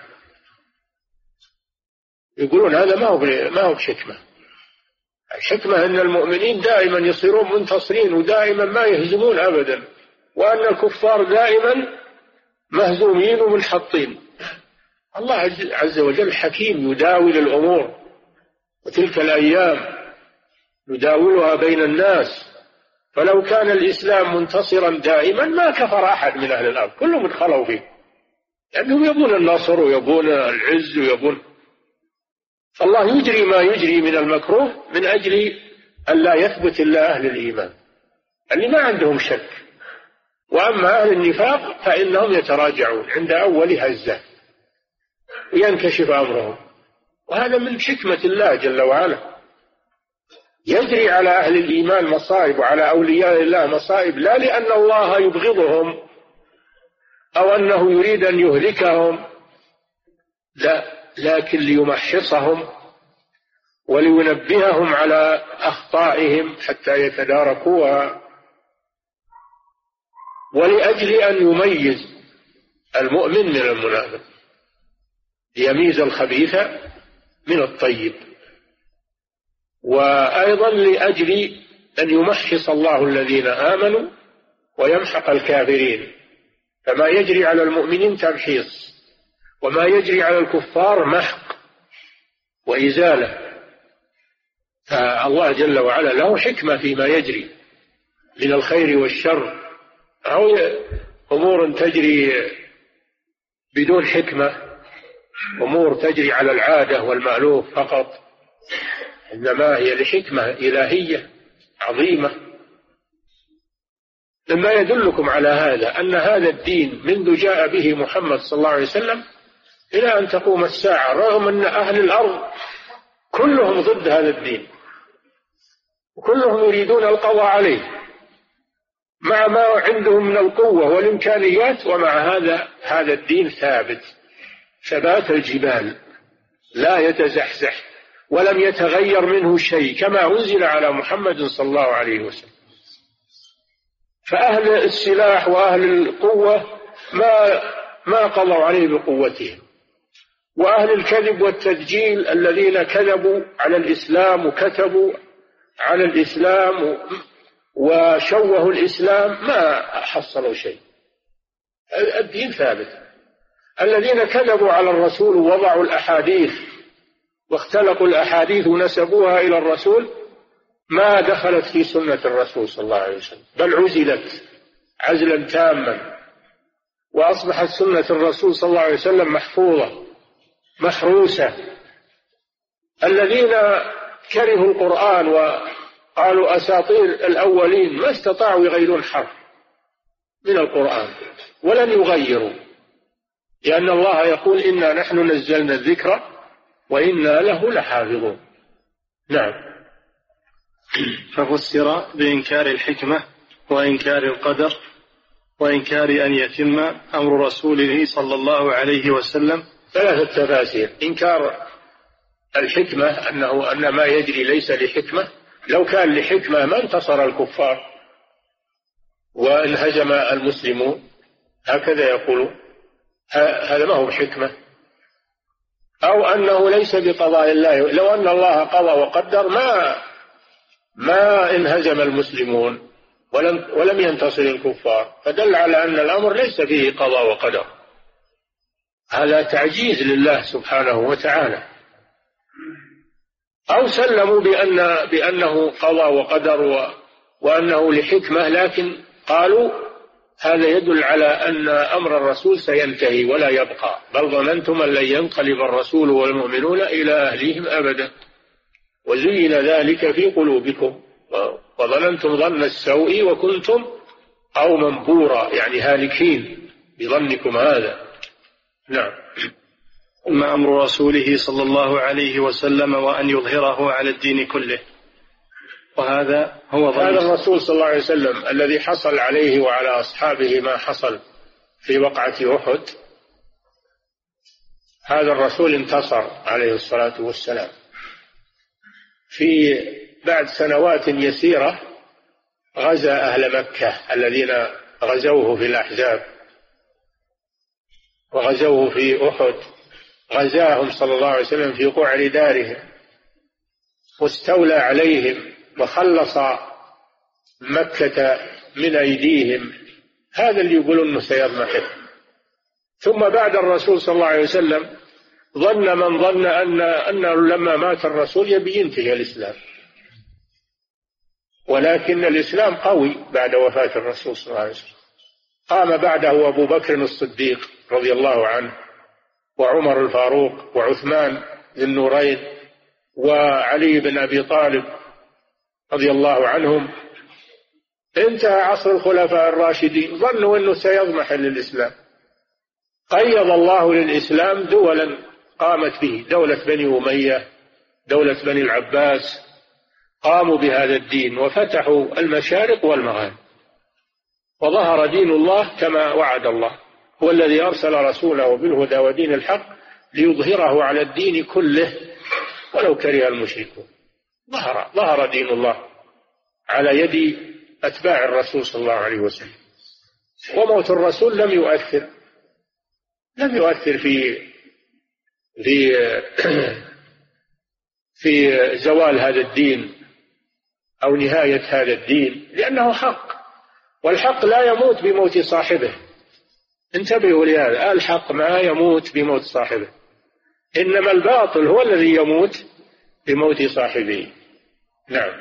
يقولون هذا ما هو ما هو بحكمة. الحكمة أن المؤمنين دائما يصيرون منتصرين ودائما ما يهزمون أبدا، وأن الكفار دائما مهزومين ومنحطين. الله عز وجل حكيم يداول الأمور، وتلك الأيام نداولها بين الناس، فلو كان الإسلام منتصرا دائما ما كفر أحد من أهل الأرض، كلهم ادخلوا فيه، لأنهم يبون النصر ويبون العز ويبون. فالله يجري ما يجري من المكروه من أجل أن لا يثبت إلا أهل الإيمان اللي ما عندهم شك، وأما أهل النفاق فإنهم يتراجعون عند أول هزة وينكشف أمرهم، وهذا من حكمة الله جل وعلا. يجري على أهل الإيمان مصائب وعلى أولياء الله مصائب، لا لأن الله يبغضهم أو أنه يريد أن يهلكهم، لا، لكن ليمحصهم ولينبههم على أخطائهم حتى يتداركوها، ولأجل أن يميز المؤمن من المنافق، ليميز الخبيث من الطيب، وأيضا لأجل أن يمحص الله الذين آمنوا ويمحق الكافرين، فما يجري على المؤمنين تمحيص، وما يجري على الكفار محق وإزالة. فالله جل وعلا له حكمة فيما يجري من الخير والشر، أو أمور تجري بدون حكمة، أمور تجري على العادة والمألوف فقط، إنما هي لحكمة إلهية عظيمة. مما يدلكم على هذا أن هذا الدين منذ جاء به محمد صلى الله عليه وسلم إلى أن تقوم الساعة، رغم أن أهل الأرض كلهم ضد هذا الدين وكلهم يريدون القضاء عليه مع ما عندهم من القوة والإمكانيات، ومع هذا هذا الدين ثابت ثبات الجبال لا يتزحزح ولم يتغير منه شيء كما أنزل على محمد صلى الله عليه وسلم. فأهل السلاح وأهل القوة ما ما قضوا عليه بقوتهم، وأهل الكذب والتدجيل الذين كذبوا على الإسلام وكتبوا على الإسلام وشوهوا الإسلام ما حصلوا شيء، الدين ثابت. الذين كذبوا على الرسول ووضعوا الأحاديث واختلقوا الأحاديث ونسبوها إلى الرسول ما دخلت في سنة الرسول صلى الله عليه وسلم، بل عزلت عزلا تاما، وأصبحت سنة الرسول صلى الله عليه وسلم محفوظة محروسة. الذين كرهوا القرآن وقالوا أساطير الأولين ما استطاعوا يغيرون حرف من القرآن ولن يغيروا، لأن الله يقول إنا نحن نزلنا الذكر وإنا له لحافظون. نعم. ففسر بإنكار الحكمة وإنكار القدر وإنكار أن يتم أمر رسوله صلى الله عليه وسلم. ثلاثة تفاسير: إنكار الحكمة أنه أن ما يجري ليس لحكمة، لو كان لحكمة ما انتصر الكفار وانهزم المسلمون، هكذا يقولون، هذا ما هو حكمة. أو أنه ليس بقضاء الله، لو أن الله قضى وقدر ما ما انهزم المسلمون ولم ولم ينتصر الكفار، فدل على أن الأمر ليس فيه قضاء وقدر، هذا تعجيز لله سبحانه وتعالى. أو سلموا بأن بأنه قضى وقدر و وأنه لحكمة، لكن قالوا هذا يدل على أن أمر الرسول سينتهي ولا يبقى، بل ظننتم أن لن ينقلب الرسول والمؤمنون إلى أهليهم أبدا وزين ذلك في قلوبكم وظننتم ظن السوء وكنتم قوما بورا، يعني هالكين بظنكم هذا. نعم. ما أمر رسوله صلى الله عليه وسلم وأن يظهره على الدين كله، وهذا هو ظن هذا الرسول صلى الله عليه وسلم الذي حصل عليه وعلى أصحابه ما حصل في وقعة أحد. هذا الرسول انتصر عليه الصلاة والسلام في بعد سنوات يسيرة، غزا أهل مكة الذين غزوه في الأحزاب وغزوه في أحد، غزاهم صلى الله عليه وسلم في قعر دارهم واستولى عليهم وخلص مكة من أيديهم. هذا اللي يقولون أنه سيضمحل. ثم بعد الرسول صلى الله عليه وسلم ظن من ظن أن أنه لما مات الرسول يبي ينتهي الإسلام، ولكن الإسلام قوي بعد وفاة الرسول صلى الله عليه وسلم. قام بعده أبو بكر الصديق رضي الله عنه وعمر الفاروق وعثمان ذي النورين وعلي بن أبي طالب رضي الله عنهم. انتهى عصر الخلفاء الراشدين، ظنوا أنه سيضمحل الإسلام. قيض الله للإسلام دولا قامت به، دولة بني أمية، دولة بني العباس، قاموا بهذا الدين وفتحوا المشارق والمغارب، وظهر دين الله كما وعد الله. هو الذي أرسل رسوله بالهدى ودين الحق ليظهره على الدين كله ولو كره المشركون. ظهر ظهر دين الله على يد أتباع الرسول صلى الله عليه وسلم. وموت الرسول لم يؤثر لم يؤثر في في في زوال هذا الدين أو نهاية هذا الدين، لأنه حق، والحق لا يموت بموت صاحبه. انتبهوا لهذا، الحق ما يموت بموت صاحبه، إنما الباطل هو الذي يموت بموت صاحبه. نعم.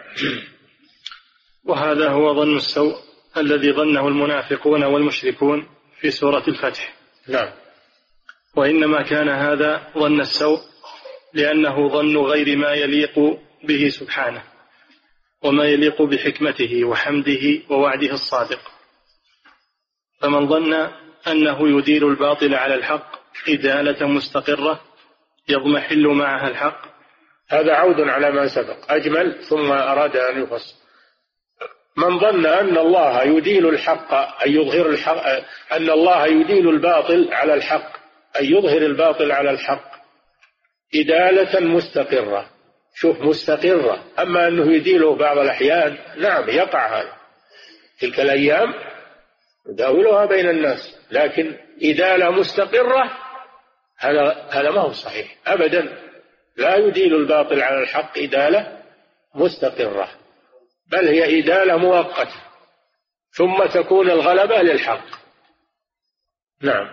وهذا هو ظن السوء الذي ظنه المنافقون والمشركون في سورة الفتح. نعم. وإنما كان هذا ظن السوء لأنه ظن غير ما يليق به سبحانه وما يليق بحكمته وحمده ووعده الصادق. فمن ظن أنه يدير الباطل على الحق إدالة مستقرة يضمحل معها الحق، هذا عود على ما سبق أجمل ثم أراد أن يفصل. من ظن أن الله يديل الحق أن يظهر الحق، أن الله يديل الباطل على الحق أن يظهر الباطل على الحق إدالة مستقرة. شوف، مستقرة. أما أنه يديله بعض الأحيان، نعم يقع هذا، تلك الأيام يداولها بين الناس، لكن إدالة مستقرة هذا هذا ما هو صحيح أبدا. لا يديل الباطل على الحق إدالة مستقرة، بل هي إدالة مؤقتة ثم تكون الغلبة للحق. نعم.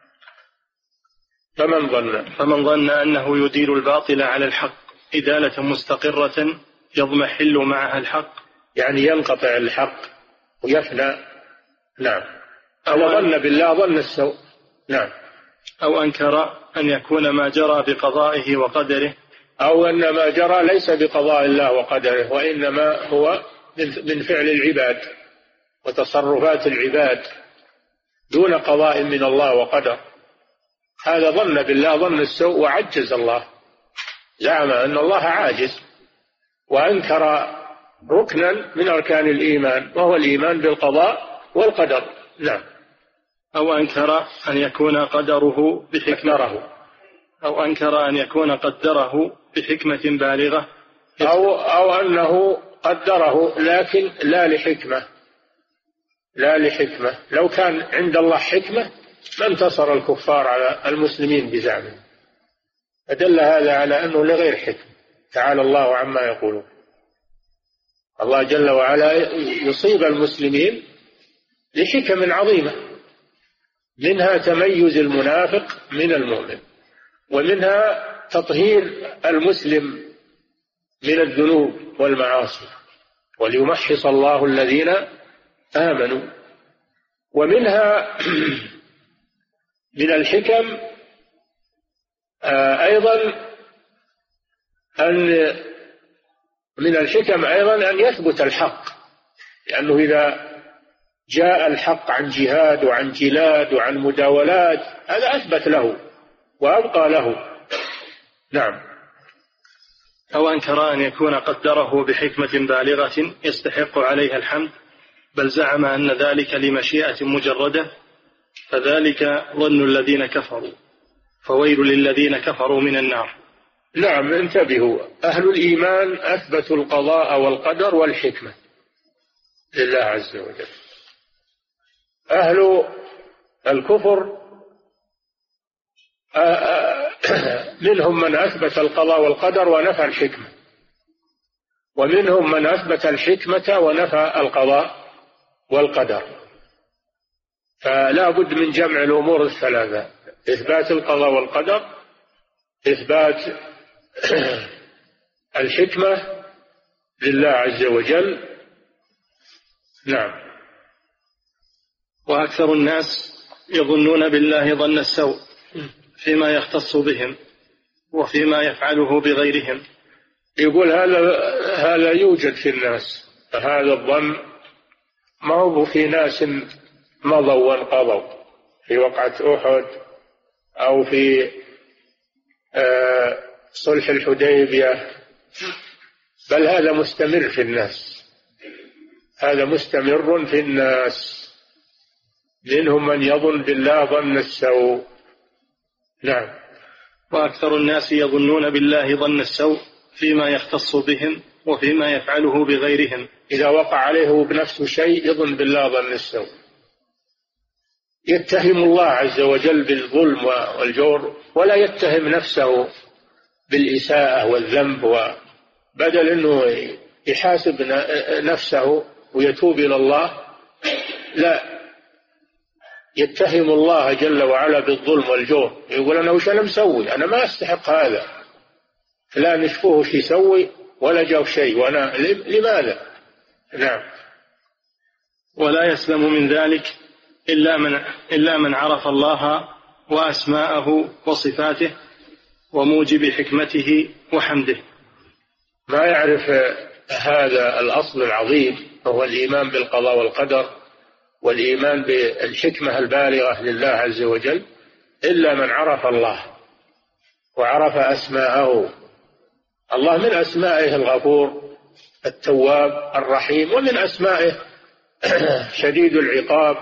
فمن ظن فمن ظن أنه يديل الباطل على الحق إدالة مستقرة يضمحل معها الحق، يعني ينقطع الحق ويفنى. نعم. أو ظن بالله ظن السوء. نعم. أو أنكر أن يكون ما جرى بقضائه وقدره، أو أن ما جرى ليس بقضاء الله وقدره، وإنما هو من فعل العباد وتصرفات العباد دون قضاء من الله وقدر. هذا ظن بالله ظن السوء وعجز الله، زعم أن الله عاجز، وأنكر ركنا من أركان الإيمان، وهو الإيمان بالقضاء والقدر. نعم. أو أنكر أن يكون قدره بحكمة أو أنكر أن يكون قدره بحكمة بالغة، أو أو أنه قدره لكن لا لحكمة لا لحكمة لو كان عند الله حكمة ما انتصر الكفار على المسلمين بزعمه، فدل هذا على أنه لغير حكمة. تعالى الله عما يقولون. الله جل وعلا يصيب المسلمين لحكم عظيمة، منها تميز المنافق من المؤمن، ومنها تطهير المسلم من الذنوب والمعاصي، وليمحص الله الذين آمنوا. ومنها من الحكم أيضا أن من الحكم أيضا أن يثبت الحق، لأنه إذا جاء الحق عن جهاد وعن جلاد وعن مداولات هذا أثبت له وأبقى له. نعم. أو أنكر أن يكون قدره بحكمة بالغة يستحق عليها الحمد، بل زعم أن ذلك لمشيئة مجردة، فذلك ظن الذين كفروا، فويل للذين كفروا من النار. نعم، انتبهوا، أهل الإيمان أثبتوا القضاء والقدر والحكمة لله عز وجل. أهل الكفر منهم من أثبت القضاء والقدر ونفى الحكمة، ومنهم من أثبت الحكمة ونفى القضاء والقدر. فلا بد من جمع الأمور الثلاثة: إثبات القضاء والقدر، إثبات الحكمة لله عز وجل. نعم. وأكثر الناس يظنون بالله ظن السوء فيما يختص بهم وفيما يفعله بغيرهم. يقول هذا هذا يوجد في الناس، هذا الظن ما هو في ناس مضوا وانقضوا في وقعة أحد أو في صلح الحديبية، بل هذا مستمر في الناس، هذا مستمر في الناس، منهم من يظن بالله ظن السوء. نعم. وأكثر الناس يظنون بالله ظن السوء فيما يختص بهم وفيما يفعله بغيرهم. إذا وقع عليه بنفسه شيء يظن بالله ظن السوء، يتهم الله عز وجل بالظلم والجور، ولا يتهم نفسه بالإساءة والذنب، وبدل أنه يحاسب نفسه ويتوب إلى الله لا، يتهم الله جل وعلا بالظلم والجور، يقول أنا وش أنا مسوي، أنا ما أستحق هذا، لا نشفوه شي يسوي ولا جاء شيء، وأنا لماذا؟ نعم. ولا يسلم من ذلك إلا من, إلا من عرف الله وأسماءه وصفاته وموجب حكمته وحمده. ما يعرف هذا الأصل العظيم وهو الإيمان بالقضاء والقدر والإيمان بالحكمة البالغة لله عز وجل إلا من عرف الله وعرف أسماءه. الله من أسمائه الغفور التواب الرحيم، ومن أسمائه شديد العقاب،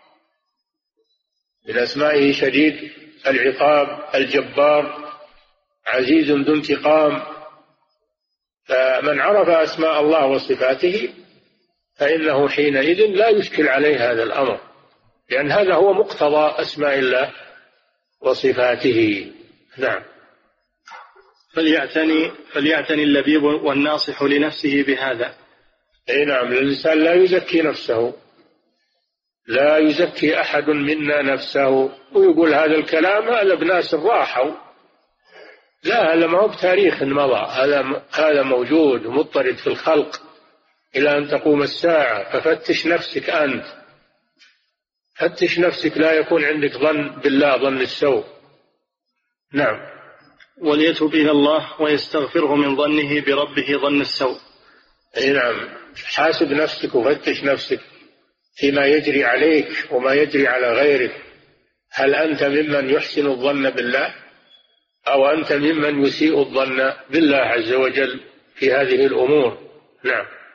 من أسمائه شديد العقاب الجبار عزيز ذو انتقام. فمن عرف أسماء الله وصفاته فإنه حينئذ لا يشكل عليه هذا الأمر، لأن هذا هو مقتضى أسماء الله وصفاته. نعم. فليعتني, فليعتني اللبيب والناصح لنفسه بهذا. أي نعم، الإنسان لا يزكي نفسه، لا يزكي أحد منا نفسه ويقول هذا الكلام هذا بناس راحوا، لا، هذا ما هو بتاريخ مضى، هذا هذا موجود ومضطرد في الخلق إلى أن تقوم الساعة. ففتش نفسك أنت، فتش نفسك لا يكون عندك ظن بالله ظن السوء. نعم. وليتوب إلى الله ويستغفره من ظنه بربه ظن السوء. أي نعم، حاسب نفسك وفتش نفسك فيما يجري عليك وما يجري على غيرك، هل أنت ممن يحسن الظن بالله أو أنت ممن يسيء الظن بالله عز وجل في هذه الأمور؟ نعم.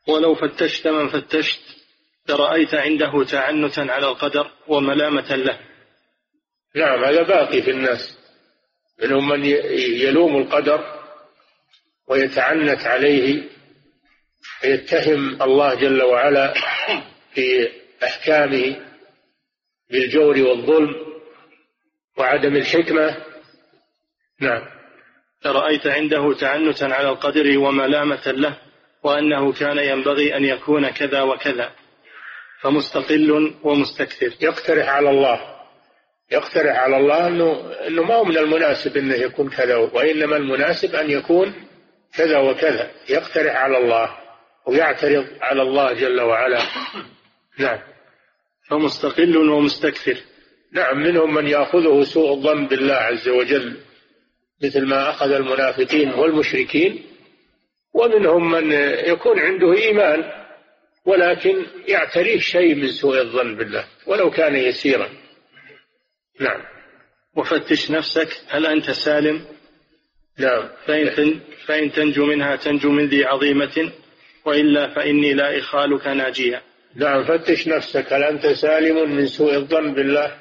ولو فتشت من فتشت لرأيت عنده تعنتا على القدر وملامة له. نعم، هذا باقي في الناس، منهم من يلوم القدر ويتعنت عليه ويتهم الله جل وعلا في أحكامه بالجور والظلم وعدم الحكمة. نعم. رأيت عنده تعنتا على القدر وملامة له وأنه كان ينبغي أن يكون كذا وكذا، فمستقل ومستكثر. يقترح على الله يقترح على الله أنه, أنه ما هو من المناسب أنه يكون كذا، وإنما المناسب أن يكون كذا وكذا. يقترح على الله ويعترض على الله جل وعلا. نعم. فمستقل ومستكثر. نعم، منهم من يأخذه سوء الظن بالله عز وجل مثل ما أخذ المنافقين والمشركين، ومنهم من يكون عنده إيمان ولكن يعتريه شيء من سوء الظن بالله ولو كان يسيرا. نعم. وفتش نفسك هل أنت سالم؟ نعم. فإن, فإن تنجو منها تنجو من ذي عظيمة، وإلا فإني لا إخالك ناجيا. نعم، فتش نفسك هل أنت سالم من سوء الظن بالله.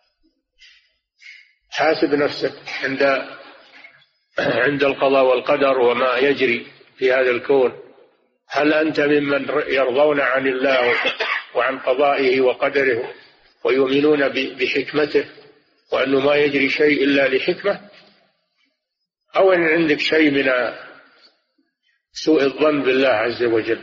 حاسب نفسك عند عند القضاء والقدر وما يجري في هذا الكون. هل أنت ممن يرضون عن الله وعن قضائه وقدره ويؤمنون بحكمته وأنه ما يجري شيء إلا لحكمة، أو أن عندك شيء من سوء الظن بالله عز وجل؟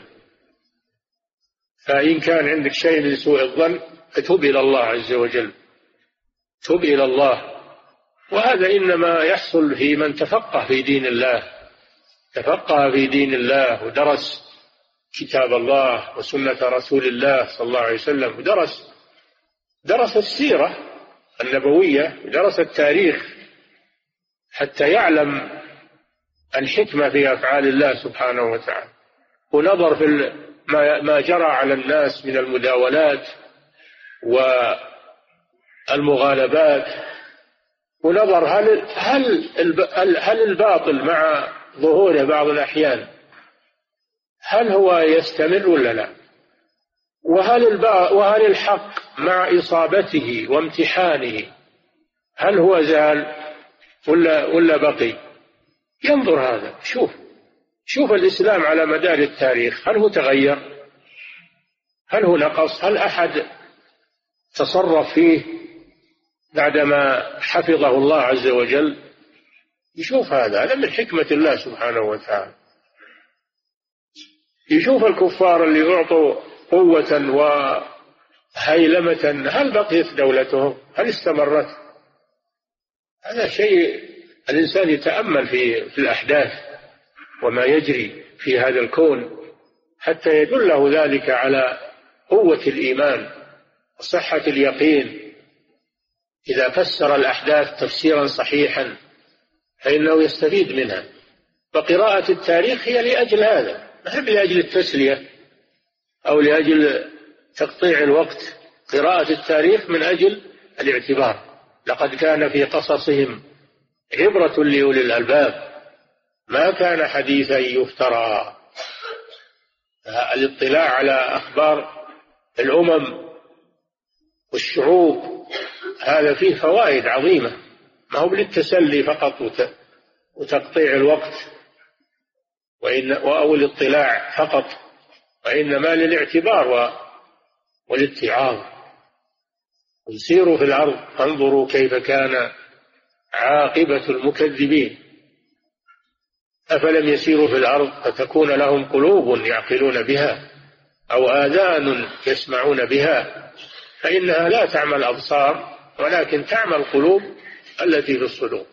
فإن كان عندك شيء من سوء الظن فتب إلى الله عز وجل، تب إلى الله. وهذا إنما يحصل في من تفقه في دين الله، تفقه في دين الله ودرس كتاب الله وسنة رسول الله صلى الله عليه وسلم، ودرس درس السيرة النبوية ودرس التاريخ حتى يعلم الحكمة في أفعال الله سبحانه وتعالى، ونظر في ما جرى على الناس من المداولات والمغالبات، ونظر هل هل هل الباطل مع ظهوره بعض الأحيان هل هو يستمر ولا لا، وهل وهل الحق مع إصابته وامتحانه هل هو زال ولا ولا بقي. ينظر هذا. شوف شوف الإسلام على مدار التاريخ، هل هو تغير؟ هل هو نقص؟ هل أحد تصرف فيه بعدما حفظه الله عز وجل؟ يشوف هذا هذا من حكمة الله سبحانه وتعالى. يشوف الكفار اللي أعطوا قوة وهيلمة هل بقيت دولتهم؟ هل استمرت؟ هذا شيء الإنسان يتأمل في في الأحداث وما يجري في هذا الكون حتى يدله ذلك على قوة الإيمان وصحة اليقين. إذا فسر الأحداث تفسيرا صحيحا فإنه يستفيد منها. فقراءة التاريخ هي لأجل هذا، ما هي لأجل التسلية أو لأجل تقطيع الوقت. قراءة التاريخ من أجل الاعتبار. لقد كان في قصصهم عبرة لأولي الألباب ما كان حديثا يفترى. الاطلاع على أخبار الأمم والشعوب هذا فيه فوائد عظيمة، ما هو للتسلي فقط وتقطيع الوقت وإن أو الاطلاع فقط، وإنما للاعتبار والاتعاظ. سيروا في الأرض فانظروا كيف كان عاقبة المكذبين. أفلم يسيروا في الأرض فتكون لهم قلوب يعقلون بها أو آذان يسمعون بها فإنها لا تعمى الأبصار ولكن تعمى القلوب التي في الصدور.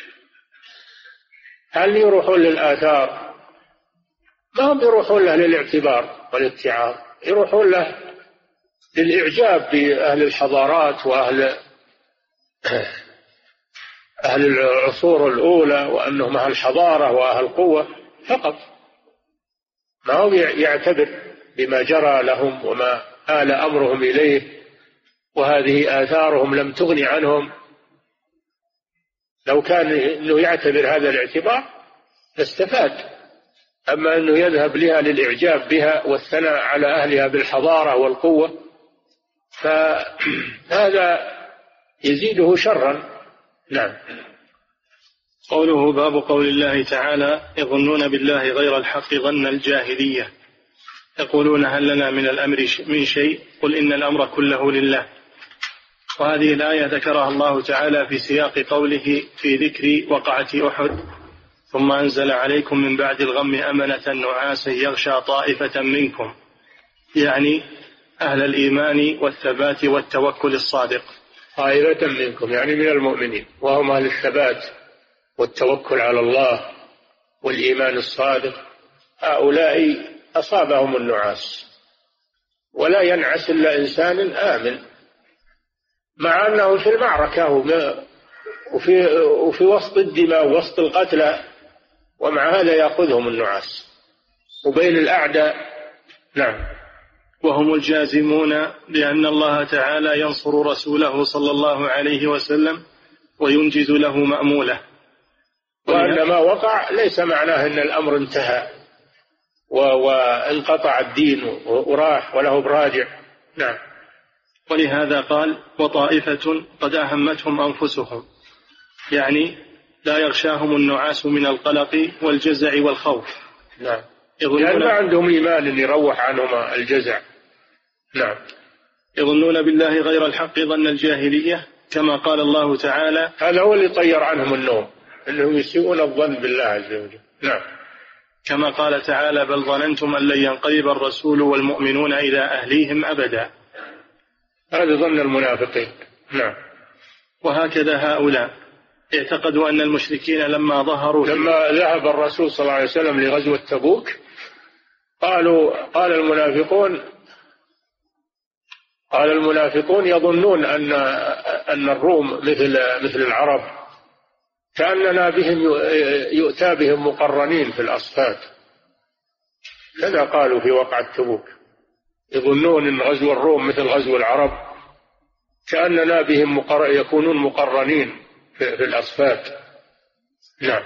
هل يروحون للآثار؟ ما هم يروحون له للاعتبار والاتعاظ، يروحون له للإعجاب بأهل الحضارات وأهل أهل العصور الأولى وأنهم أهل حضارة وأهل قوة فقط. ما هو يعتبر بما جرى لهم وما آل أمرهم إليه، وهذه آثارهم لم تغن عنهم. لو كان إنه يعتبر هذا الاعتبار لاستفاد، أما أنه يذهب لها للإعجاب بها والثناء على أهلها بالحضارة والقوة فهذا يزيده شرا. نعم. قوله باب قول الله تعالى يظنون بالله غير الحق ظن الجاهلية يقولون هل لنا من الأمر من شيء قل إن الأمر كله لله. وهذه الآية ذكرها الله تعالى في سياق قوله في ذكر وقعة أحد ثم أنزل عليكم من بعد الغم أمنة نعاسا يغشى طائفة منكم، يعني أهل الإيمان والثبات والتوكل الصادق. طائفة منكم يعني من المؤمنين، وهم أهل الثبات والتوكل على الله والإيمان الصادق، هؤلاء أصابهم النعاس. ولا ينعس إلا إنسان آمن، مع أنه في المعركة وفي, وفي وسط الدماء ووسط القتلى، ومع هذا يأخذهم النعاس وبين الأعداء. نعم. وهم الجازمون بأن الله تعالى ينصر رسوله صلى الله عليه وسلم وينجز له مأموله، وأن ما وقع ليس معناه أن الأمر انتهى وانقطع الدين وراح وله براجع. نعم. ولهذا قال وطائفة قد أهمتهم أنفسهم، يعني لا يغشاهم النعاس من القلق والجزع والخوف. نعم. يعني ما عندهم إيمان أن يروح عنهم الجزع. نعم. يظنون بالله غير الحق ظن الجاهلية، كما قال الله تعالى هذا هو اللي طير عنهم النوم، أنهم يسيئون الظن بالله عز وجل. نعم. كما قال تعالى بل ظننتم أن لن ينقلب الرسول والمؤمنون إلى أهليهم أبدا. هذا ظن المنافقين. نعم. وهكذا هؤلاء اعتقدوا أن المشركين لما ظهروا لما ذهب الرسول صلى الله عليه وسلم لغزوة تبوك قالوا قال المنافقون قال المنافقون يظنون أن أن الروم مثل مثل العرب، كأننا بهم يؤتى بهم مقرنين في الأصفاد. كذا قالوا في وقعة تبوك، يظنون أن غزو الروم مثل غزو العرب، كأننا بهم مقر... يكونون مقرنين في, في الأصفاد. نعم.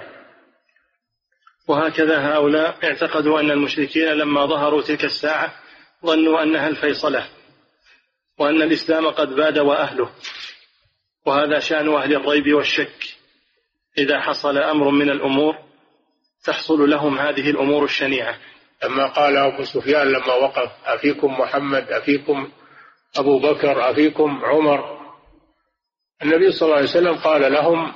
وهكذا هؤلاء اعتقدوا أن المشركين لما ظهروا تلك الساعة ظنوا أنها الفيصلة، وأن الإسلام قد باد وأهله، وهذا شأن أهل الريب والشك. إذا حصل أمر من الأمور تحصل لهم هذه الأمور الشنيعة. أما قال أبو سفيان لما وقف أفيكم محمد أفيكم أبو بكر أفيكم عمر، النبي صلى الله عليه وسلم قال لهم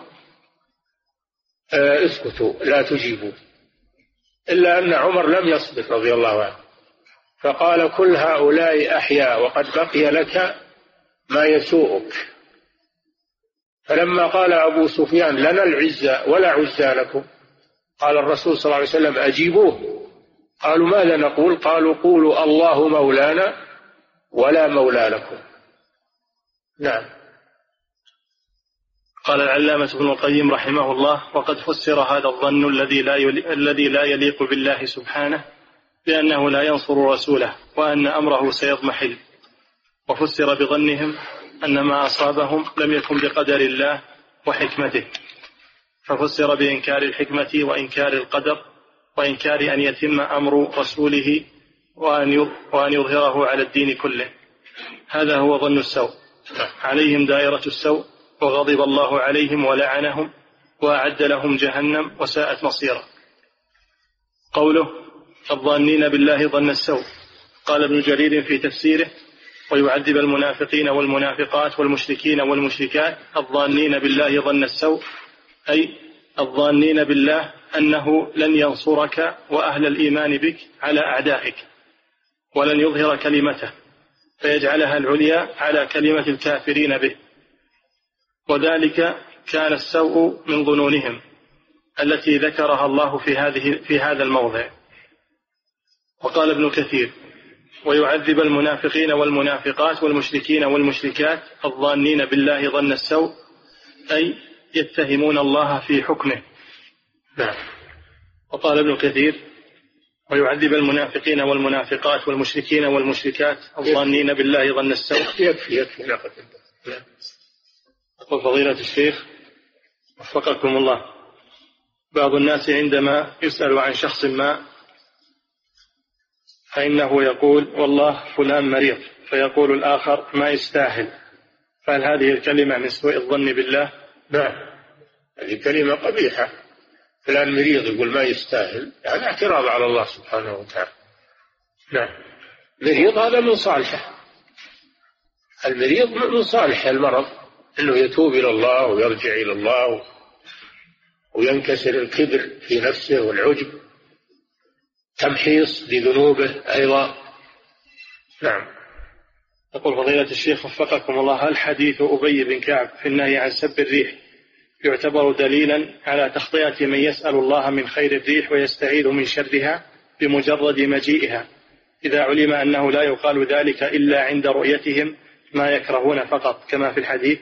اسكتوا لا تجيبوا، إلا أن عمر لم يصبر رضي الله عنه، فقال كل هؤلاء أحياء وقد بقي لك ما يسوءك. فلما قال أبو سفيان لنا العزة ولا عزة لكم، قال الرسول صلى الله عليه وسلم أجيبوه. قالوا ماذا نقول؟ قالوا قولوا الله مولانا ولا مولى لكم. نعم. قال العلامة ابن القيم رحمه الله وقد فسر هذا الظن الذي لا الذي لا يليق بالله سبحانه بأنه لا ينصر رسوله وأن أمره سيضمحل، وفسر بظنهم أن ما أصابهم لم يكن بقدر الله وحكمته، ففسر بإنكار الحكمة وإنكار القدر وإنكار أن يتم أمر رسوله وأن يظهره على الدين كله. هذا هو ظن السوء، عليهم دائرة السوء، وغضب الله عليهم ولعنهم وأعد لهم جهنم وساءت مصيرا. قوله الظانين بالله ظن السوء، قال ابن جرير في تفسيره ويعذب المنافقين والمنافقات والمشركين والمشركات الظانين بالله ظن السوء، أي الظانين بالله أنه لن ينصرك وأهل الإيمان بك على أعدائك، ولن يظهر كلمته فيجعلها العليا على كلمة الكافرين به، وذلك كان السوء من ظنونهم التي ذكرها الله في هذه في هذا الموضع. وقال ابن كثير ويعذب المنافقين والمنافقات والمشركين والمشركات الظانين بالله ظن السوء، أي يتهمون الله في حكمه. نعم. وقال ابن كثير ويعذب المنافقين والمنافقات والمشركين والمشركات الظانين بالله ظن السوء. يكفي يكفي نقل. يقول فضيلة الشيخ وفقكم الله، بعض الناس عندما يسأل عن شخص ما فإنه يقول والله فلان مريض، فيقول الآخر ما يستاهل، فهل هذه الكلمة من سوء الظن بالله؟ نعم، هذه كلمة قبيحة. فلان مريض يقول ما يستاهل، يعني اعتراض على الله سبحانه وتعالى. نعم، مريض هذا من صالحه، المريض من صالح المرض أنه يتوب إلى الله ويرجع إلى الله وينكسر الكبر في نفسه والعجب، تمحيص لذنوبه أيضا. نعم. يقول فضيلة الشيخ وفقكم الله، هل حديث أبي بن كعب في النهي عن سب الريح يعتبر دليلا على تخطئة من يسأل الله من خير الريح ويستعيذ من شرها بمجرد مجيئها، إذا علم أنه لا يقال ذلك إلا عند رؤيتهم ما يكرهون فقط كما في الحديث؟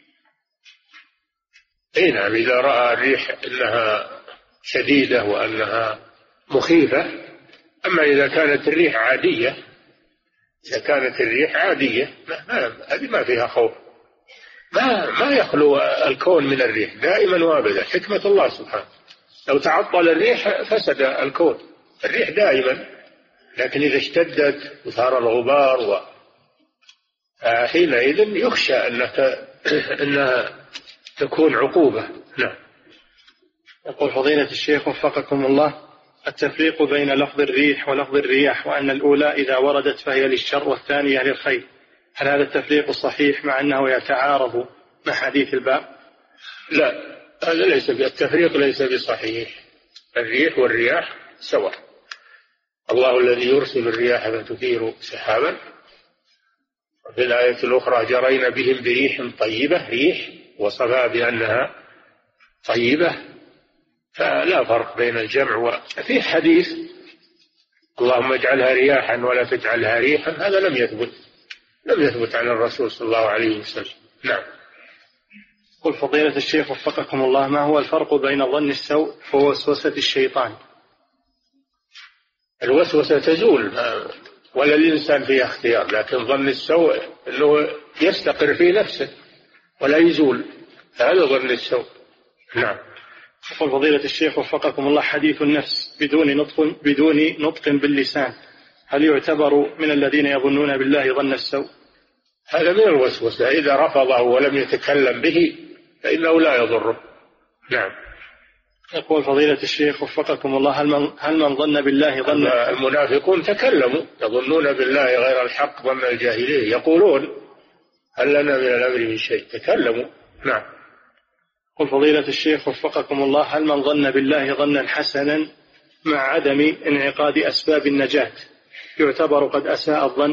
اي نعم، إذا رأى الريح أنها شديدة وأنها مخيفة. أما إذا كانت الريح عادية، إذا كانت الريح عادية هذه ما فيها خوف، ما ما يخلو الكون من الريح دائما وابدا، حكمة الله سبحانه. لو تعطل الريح فسد الكون، الريح دائما، لكن إذا اشتدت وصار الغبار و حينئذ يخشى أنها أنها تكون عقوبة. نعم. يقول فضيلة الشيخ وفقكم الله، التفريق بين لفظ الريح ولفظ الرياح، وأن الأولى إذا وردت فهي للشر والثانية للخير، هل هذا التفريق صحيح مع أنه يتعارض مع حديث الباب؟ لا، هذا ليس، التفريق ليس بصحيح. الريح والرياح سواء. الله الذي يرسل الرياح فتثير سحابا، وفي الآية الأخرى جرينا بهم بريح طيبة، ريح وصفها بأنها طيبة، فلا فرق بين الجمع. وفي حديث اللهم اجعلها رياحا ولا تجعلها ريحا، هذا لم يثبت لم يثبت عن الرسول صلى الله عليه وسلم. نعم. قل فضيلة الشيخ وفقكم الله، ما هو الفرق بين ظن السوء ووسوسة الشيطان؟ الوسوسة تزول ولا الإنسان فيها اختيار، لكن ظن السوء أنه يستقر في نفسه ولا يزول، هذا ظن السوء. نعم. يقول فضيلة الشيخ وفقكم الله، حديث النفس بدون نطق بدون نطق باللسان، هل يعتبر من الذين يظنون بالله ظن السوء؟ هذا من الوسوسة، إذا رفضه ولم يتكلم به فإنه لا يضره. نعم. يقول فضيلة الشيخ وفقكم الله، هل من, هل من ظن بالله ظن المنافقون تكلموا يظنون بالله غير الحق ظن الجاهلية، يقولون هل لنا من الأمر من شيء، تكلموا. نعم. قل فضيلة الشيخ وفقكم الله، هل من ظن بالله ظنا حسنا مع عدم انعقاد أسباب النجاة يعتبر قد أساء الظن؟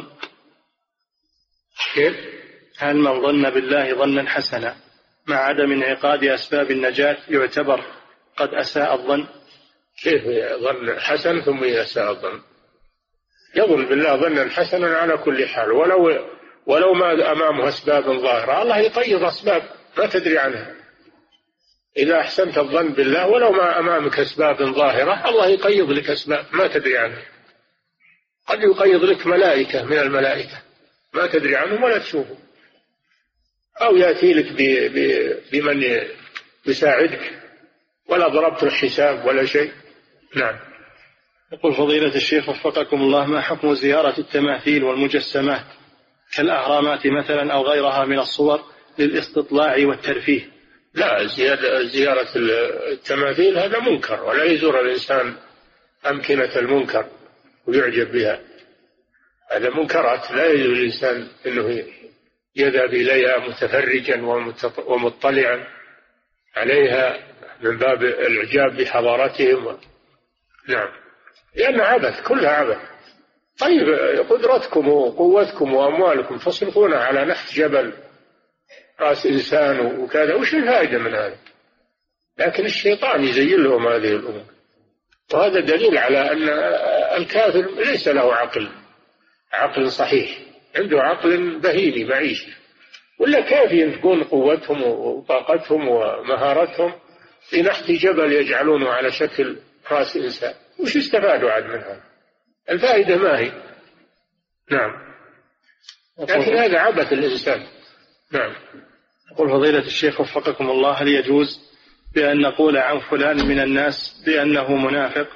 كيف؟ هل من ظن بالله ظنا حسنا مع عدم انعقاد أسباب النجاة يعتبر قد أساء الظن؟ كيف ظن حسن ثم يساء الظن؟ يظن بالله ظنا حسنا على كل حال، ولو ولو ما أمامه أسباب ظاهرة الله يقيض أسباب ما تدري عنها. إذا أحسنت الظن بالله ولو ما أمامك أسباب ظاهرة الله يقيض لك أسباب ما تدري عنها، قد يقيض لك ملائكة من الملائكة ما تدري عنهم ولا تشوفهم، أو يأتي لك بمن يساعدك ولا ضربت الحساب ولا شيء. نعم. يقول فضيلة الشيخ وفقكم الله، ما حكم زيارة التماثيل والمجسمات كالأهرامات مثلا أو غيرها من الصور للاستطلاع والترفيه؟ لا، زيارة التماثيل هذا منكر، ولا يزور الإنسان أمكنة المنكر ويعجب بها، هذا منكرات لا يجوز الإنسان أنه يذهب إليها متفرجا ومطلعا عليها من باب الإعجاب بحضارتهم. نعم، لأن عبث، كلها عبث. طيب قدرتكم وقوتكم وأموالكم تصرفونها على نحت جبل رأس إنسان وكذا، وش الفائدة من هذا؟ لكن الشيطان يزين لهم هذه الأمور، وهذا دليل على أن الكافر ليس له عقل عقل صحيح، عنده عقل بهيمي معيشي، ولا كيف ينفقون قوتهم وطاقتهم ومهارتهم في نحت جبل يجعلونه على شكل رأس إنسان؟ وش استفادوا عاد من هذا؟ الفائدة ما هي؟ نعم، لكن هذا عبث الإنسان. نعم. يقول فضيلة الشيخ وفقكم الله، هل يجوز بأن نقول عن فلان من الناس بأنه منافق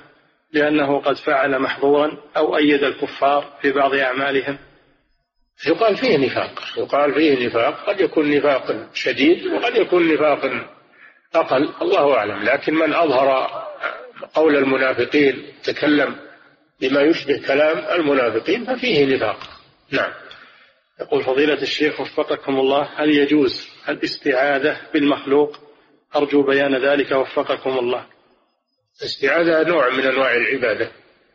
لأنه قد فعل محظورا أو أيد الكفار في بعض أعمالهم؟ يقال فيه نفاق، يقال فيه نفاق، قد يكون نفاق شديد وقد يكون نفاق أقل، الله أعلم. لكن من أظهر قول المنافقين تكلم بما يشبه كلام المنافقين ففيه نفاق. نعم. يقول فضيلة الشيخ وفقكم الله: هل يجوز الاستعاذة بالمخلوق؟ أرجو بيان ذلك وفقكم الله. الاستعاذة نوع من أنواع العبادة،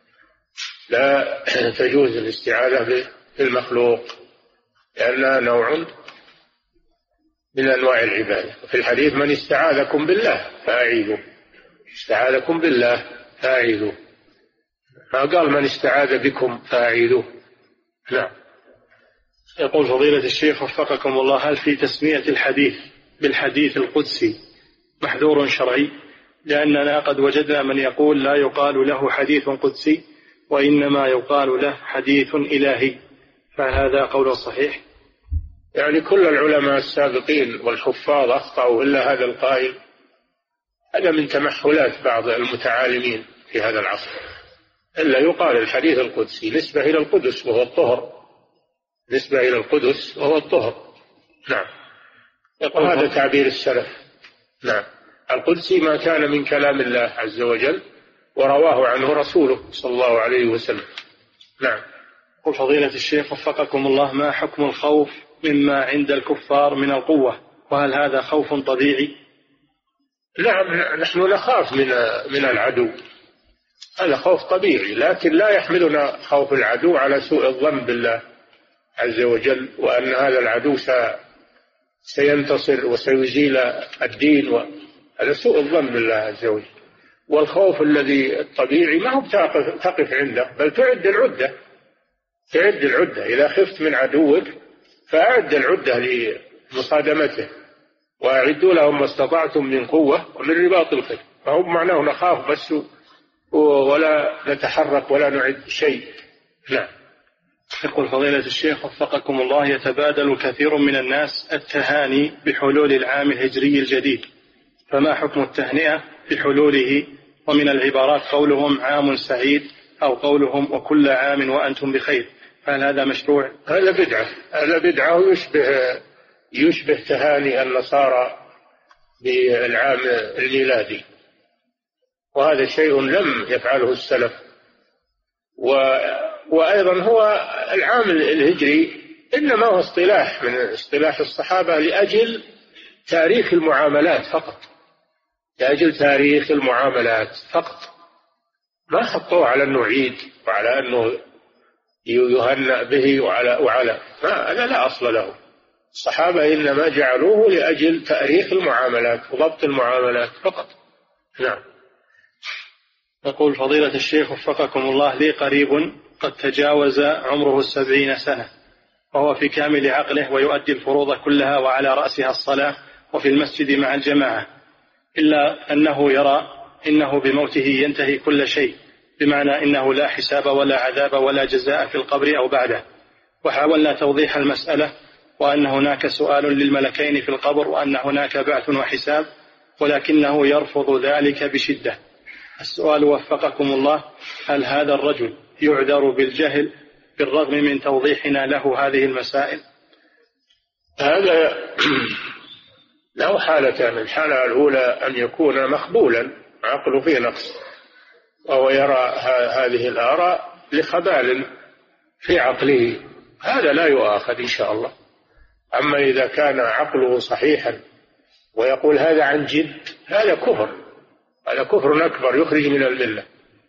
لا تجوز الاستعاذة بالمخلوق لأنها نوع من أنواع العبادة. في الحديث: من استعاذكم بالله فأعيذوه، استعاذكم بالله فأعيذوه، ما قال من استعاذ بكم فأعيذوه. نعم. يقول فضيلة الشيخ وفقكم الله: هل في تسمية الحديث بالحديث القدسي محذور شرعي؟ لأننا قد وجدنا من يقول لا يقال له حديث قدسي وإنما يقال له حديث إلهي، فهذا قول صحيح؟ يعني كل العلماء السابقين والحفاظ أخطأوا إلا هذا القائل. هذا من تمحلات بعض المتعالمين في هذا العصر، إلا يقال الحديث القدسي نسبة إلى القدس وهو الطهر، نسبة إلى القدس وهو الطهر. نعم. وهذا تعبير السلف. نعم. القدسي ما كان من كلام الله عز وجل ورواه عنه رسوله صلى الله عليه وسلم. نعم. قل فضيلة الشيخ وفقكم الله: ما حكم الخوف مما عند الكفار من القوة، وهل هذا خوف طبيعي؟ نعم، نحن نخاف من من العدو، هذا خوف طبيعي، لكن لا يحملنا خوف العدو على سوء الظن بالله عز وجل وأن هذا العدو سينتصر وسيزيل الدين، وهذا سوء الظن بالله عز وجل. والخوف الذي الطبيعي ما هو تقف عنده، بل تعد العدة، تعد العدة. إذا خفت من عدوك فأعد العدة لمصادمته، وأعدوا لهم ما استطعتم من قوة ومن رباط الخيل. فهو معناه نخاف بس ولا نتحرك ولا نعد شيء. نعم. يقول فضيلة الشيخ وفقكم الله: يتبادل كثير من الناس التهاني بحلول العام الهجري الجديد، فما حكم التهنئة بحلوله؟ ومن العبارات قولهم عام سعيد أو قولهم وكل عام وأنتم بخير، هل هذا مشروع؟ هذا بدعة، هذا بدعة ويشبه يشبه تهاني النصارى بالعام الميلادي، وهذا شيء لم يفعله السلف. و... وأيضا هو العام الهجري إنما هو اصطلاح من اصطلاح الصحابة لأجل تاريخ المعاملات فقط، لأجل تاريخ المعاملات فقط، ما حطوه على أنه عيد وعلى أنه يهنأ به وعلى وعلى ما هذا لا أصل له. الصحابة إنما جعلوه لأجل تاريخ المعاملات وضبط المعاملات فقط. نعم. يقول فضيلة الشيخ وفقكم الله: لي قريب قد تجاوز عمره السبعين سنة وهو في كامل عقله ويؤدي الفروض كلها وعلى رأسها الصلاة وفي المسجد مع الجماعة، إلا أنه يرى إنه بموته ينتهي كل شيء، بمعنى إنه لا حساب ولا عذاب ولا جزاء في القبر أو بعده. وحاولنا توضيح المسألة وأن هناك سؤال للملكين في القبر وأن هناك بعث وحساب، ولكنه يرفض ذلك بشدة. السؤال وفقكم الله: هل هذا الرجل يعذر بالجهل بالرغم من توضيحنا له هذه المسائل؟ هذا له حالتان: الحالة الأولى أن يكون مخبولا عقله فيه نقص وهو يرى هذه الآراء لخبال في عقله، هذا لا يؤاخذ إن شاء الله. أما إذا كان عقله صحيحا ويقول هذا عن جد، هذا كفر، هذا كفر أكبر يخرج من الملة،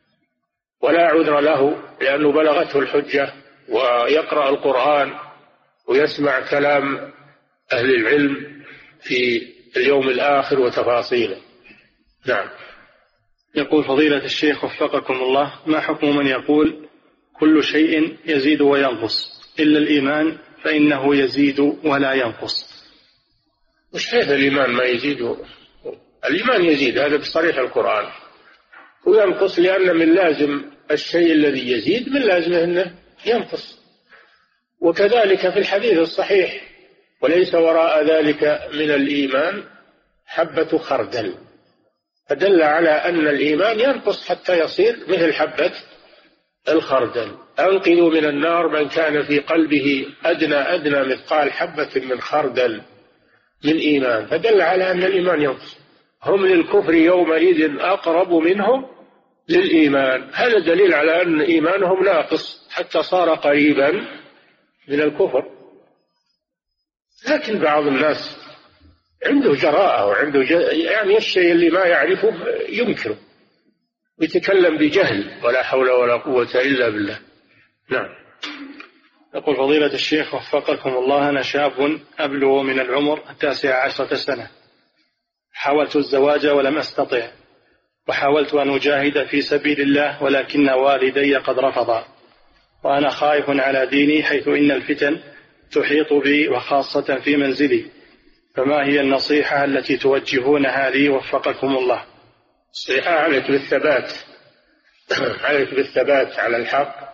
ولا عذر له لأنه بلغته الحجة ويقرأ القرآن ويسمع كلام أهل العلم في اليوم الآخر وتفاصيله. نعم. يقول فضيلة الشيخ وفقكم الله: ما حكم من يقول كل شيء يزيد وينقص إلا الإيمان فإنه يزيد ولا ينقص؟ مش حيث الإيمان ما يزيد، الإيمان يزيد هذا بصريح القرآن، وينقص لأن من لازم الشيء الذي يزيد من لازمه أنه ينقص. وكذلك في الحديث الصحيح: وليس وراء ذلك من الإيمان حبة خردل، فدل على أن الإيمان ينقص حتى يصير مثل حبة الخردل. أنقذوا من النار من كان في قلبه أدنى أدنى مثقال حبة من خردل من إيمان، فدل على أن الإيمان ينقص. هم للكفر يومئذ أقرب منهم للإيمان، هذا دليل على أن إيمانهم ناقص حتى صار قريبا من الكفر. لكن بعض الناس عنده جراءة وعنده ج... يعني الشيء اللي ما يعرفه ينكره، يتكلم بجهل، ولا حول ولا قوة إلا بالله. نعم. يقول فضيلة الشيخ وفقكم الله: أنا شاب أبلغ من العمر التاسعة عشرة سنة، حاولت الزواج ولم أستطع، وحاولت أن أجاهد في سبيل الله ولكن والدي قد رفضا، وأنا خائف على ديني حيث إن الفتن تحيط بي وخاصة في منزلي، فما هي النصيحة التي توجهونها لي وفقكم الله؟ النصيحة عليك بالثبات عليك بالثبات على الحق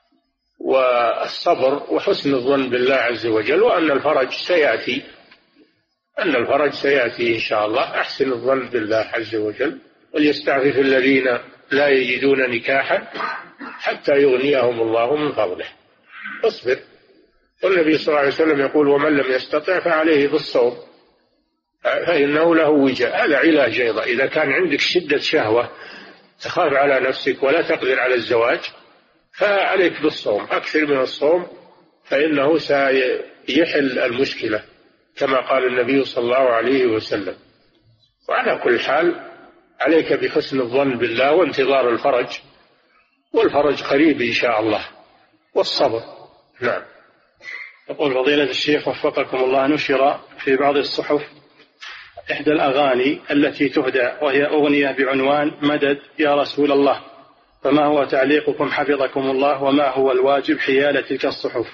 والصبر وحسن الظن بالله عز وجل، وأن الفرج سيأتي أن الفرج سيأتي إن شاء الله. أحسن الظن بالله عز وجل، وليستعفف الذين لا يجدون نكاحا حتى يغنيهم الله من فضله. اصبر. والنبي صلى الله عليه وسلم يقول: ومن لم يستطع فعليه بالصوم فإنه له وجاء. هذا علاج أيضا. إذا كان عندك شدة شهوة تخاف على نفسك ولا تقدر على الزواج، فعليك بالصوم، أكثر من الصوم، فإنه سيحل المشكلة كما قال النبي صلى الله عليه وسلم. وعلى كل حال عليك بحسن الظن بالله وانتظار الفرج، والفرج قريب إن شاء الله، والصبر. نعم. يقول فضيلة الشيخ وفقكم الله: نشر في بعض الصحف إحدى الأغاني التي تهدى، وهي أغنية بعنوان مدد يا رسول الله، فما هو تعليقكم حفظكم الله، وما هو الواجب حيال تلك الصحف؟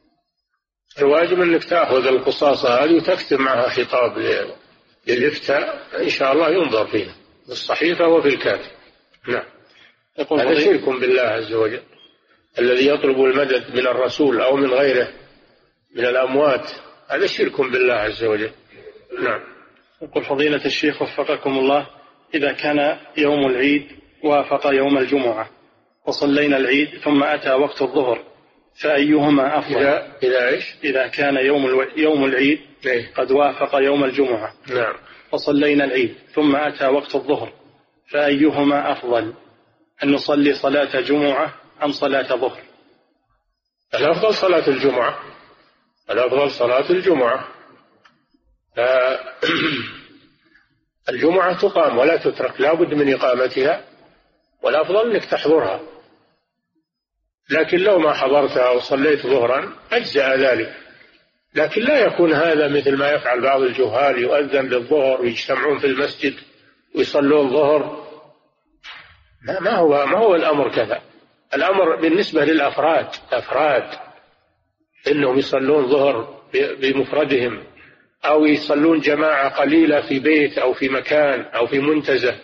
الواجب أنك تأخذ القصاصة هذه وتكتب معها خطاب للإفتاء إن شاء الله ينظر فيه في الصحيفة وفي الكاتب. نعم. هذا شرك بالله عز وجل. الذي يطلب المدد من الرسول أو من غيره من الأموات هذا شرك بالله عز وجل. نعم. يقول فضيلة الشيخ وفقكم الله: إذا كان يوم العيد وافق يوم الجمعة وصلينا العيد ثم أتى وقت الظهر، فأيهما أفضل؟ إذا, إذا إيش؟ إذا كان يوم الو... يوم العيد إيه؟ قد وافق يوم الجمعة. نعم. وصلينا العيد ثم أتى وقت الظهر، فأيهما أفضل؟ أن نصلي صلاة جمعة أم صلاة ظهر؟ الأفضل صلاة الجمعة. الأفضل صلاة الجمعة. الجمعة تقام ولا تترك، لا بد من إقامتها، والأفضل أنك تحضرها. لكن لو ما حضرتها وصليت ظهرا أجزأ ذلك، لكن لا يكون هذا مثل ما يفعل بعض الجهال، يؤذن للظهر ويجتمعون في المسجد ويصلون ظهر. ما هو ما هو الأمر كذا. الأمر بالنسبة للأفراد أفراد إنهم يصلون ظهر بمفردهم، أو يصلون جماعة قليلة في بيت أو في مكان أو في منتزه.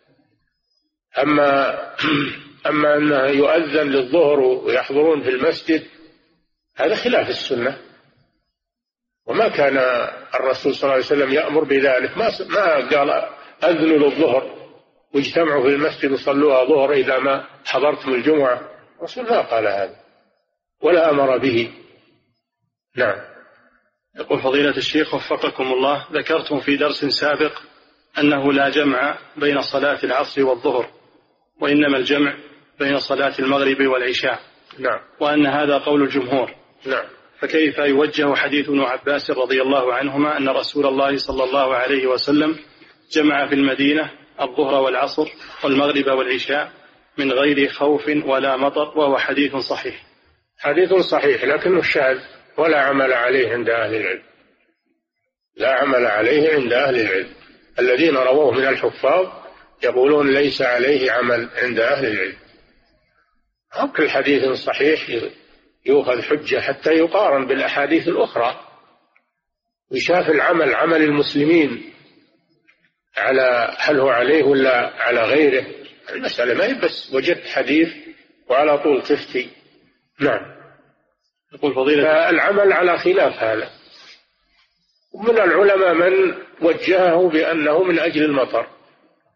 أما أما أنه يؤذن للظهر ويحضرون في المسجد هذا خلاف السنة، وما كان الرسول صلى الله عليه وسلم يأمر بذلك. ما ما قال أذنوا للظهر واجتمعوا في المسجد وصلوها ظهر إذا ما حضرتم الجمعة. الرسول ما قال هذا ولا أمر به. نعم. يقول فضيلة الشيخ وفقكم الله: ذكرتم في درس سابق أنه لا جمع بين صلاة العصر والظهر، وإنما الجمع بين صلاة المغرب والعشاء. نعم. وأن هذا قول الجمهور. نعم. فكيف يوجه حديث ابن عباس رضي الله عنهما أن رسول الله صلى الله عليه وسلم جمع في المدينة الظهر والعصر والمغرب والعشاء من غير خوف ولا مطر، وهو حديث صحيح؟ حديث صحيح لكنه شاذ ولا عمل عليه عند أهل العلم. لا عمل عليه عند أهل العلم. الذين رووه من الحفاظ يقولون ليس عليه عمل عند أهل العلم. أو كل حديث صحيح يؤخذ حجة حتى يقارن بالأحاديث الأخرى ويشاف العمل عمل المسلمين على هل هو عليه ولا على غيره. المسألة ما هي بس وجدت حديث وعلى طول تفتي. نعم. يقول فضيلة العمل على خلاف هذا. ومن العلماء من وجهه بأنه من أجل المطر،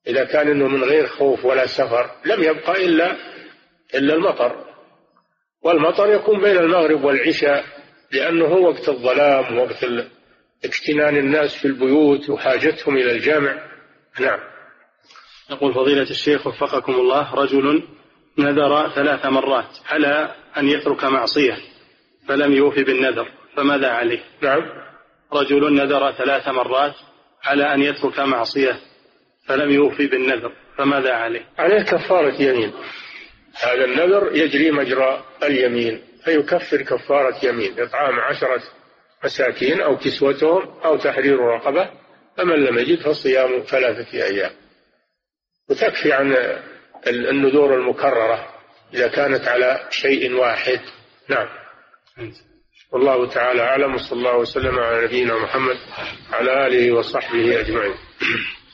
إذا كان إنه من غير خوف ولا سفر لم يبقى إلا إلا المطر، والمطر يكون بين المغرب والعشاء لأنه هو وقت الظلام ووقت اكتنان الناس في البيوت وحاجتهم إلى الجامع. نعم. يقول فضيلة الشيخ وفقكم الله: رجل نذر ثلاث مرات على أن يترك معصية فلم يوفي بالنذر، فماذا عليه؟ نعم. رجل نذر ثلاث مرات على أن يترك معصية فلم يوفي بالنذر، فماذا عليه؟ عليه كفارة يمين. هذا النذر يجري مجرى اليمين، فيكفر كفارة يمين: إطعام عشرة مساكين أو كسوتهم أو تحرير رقبة، فمن لم يجد فصيام ثلاثة أيام. وتكفي عن النذور المكررة إذا كانت على شيء واحد. نعم. والله تعالى أعلم، وصلى الله وسلم على نبينا محمد على آله وصحبه أجمعين.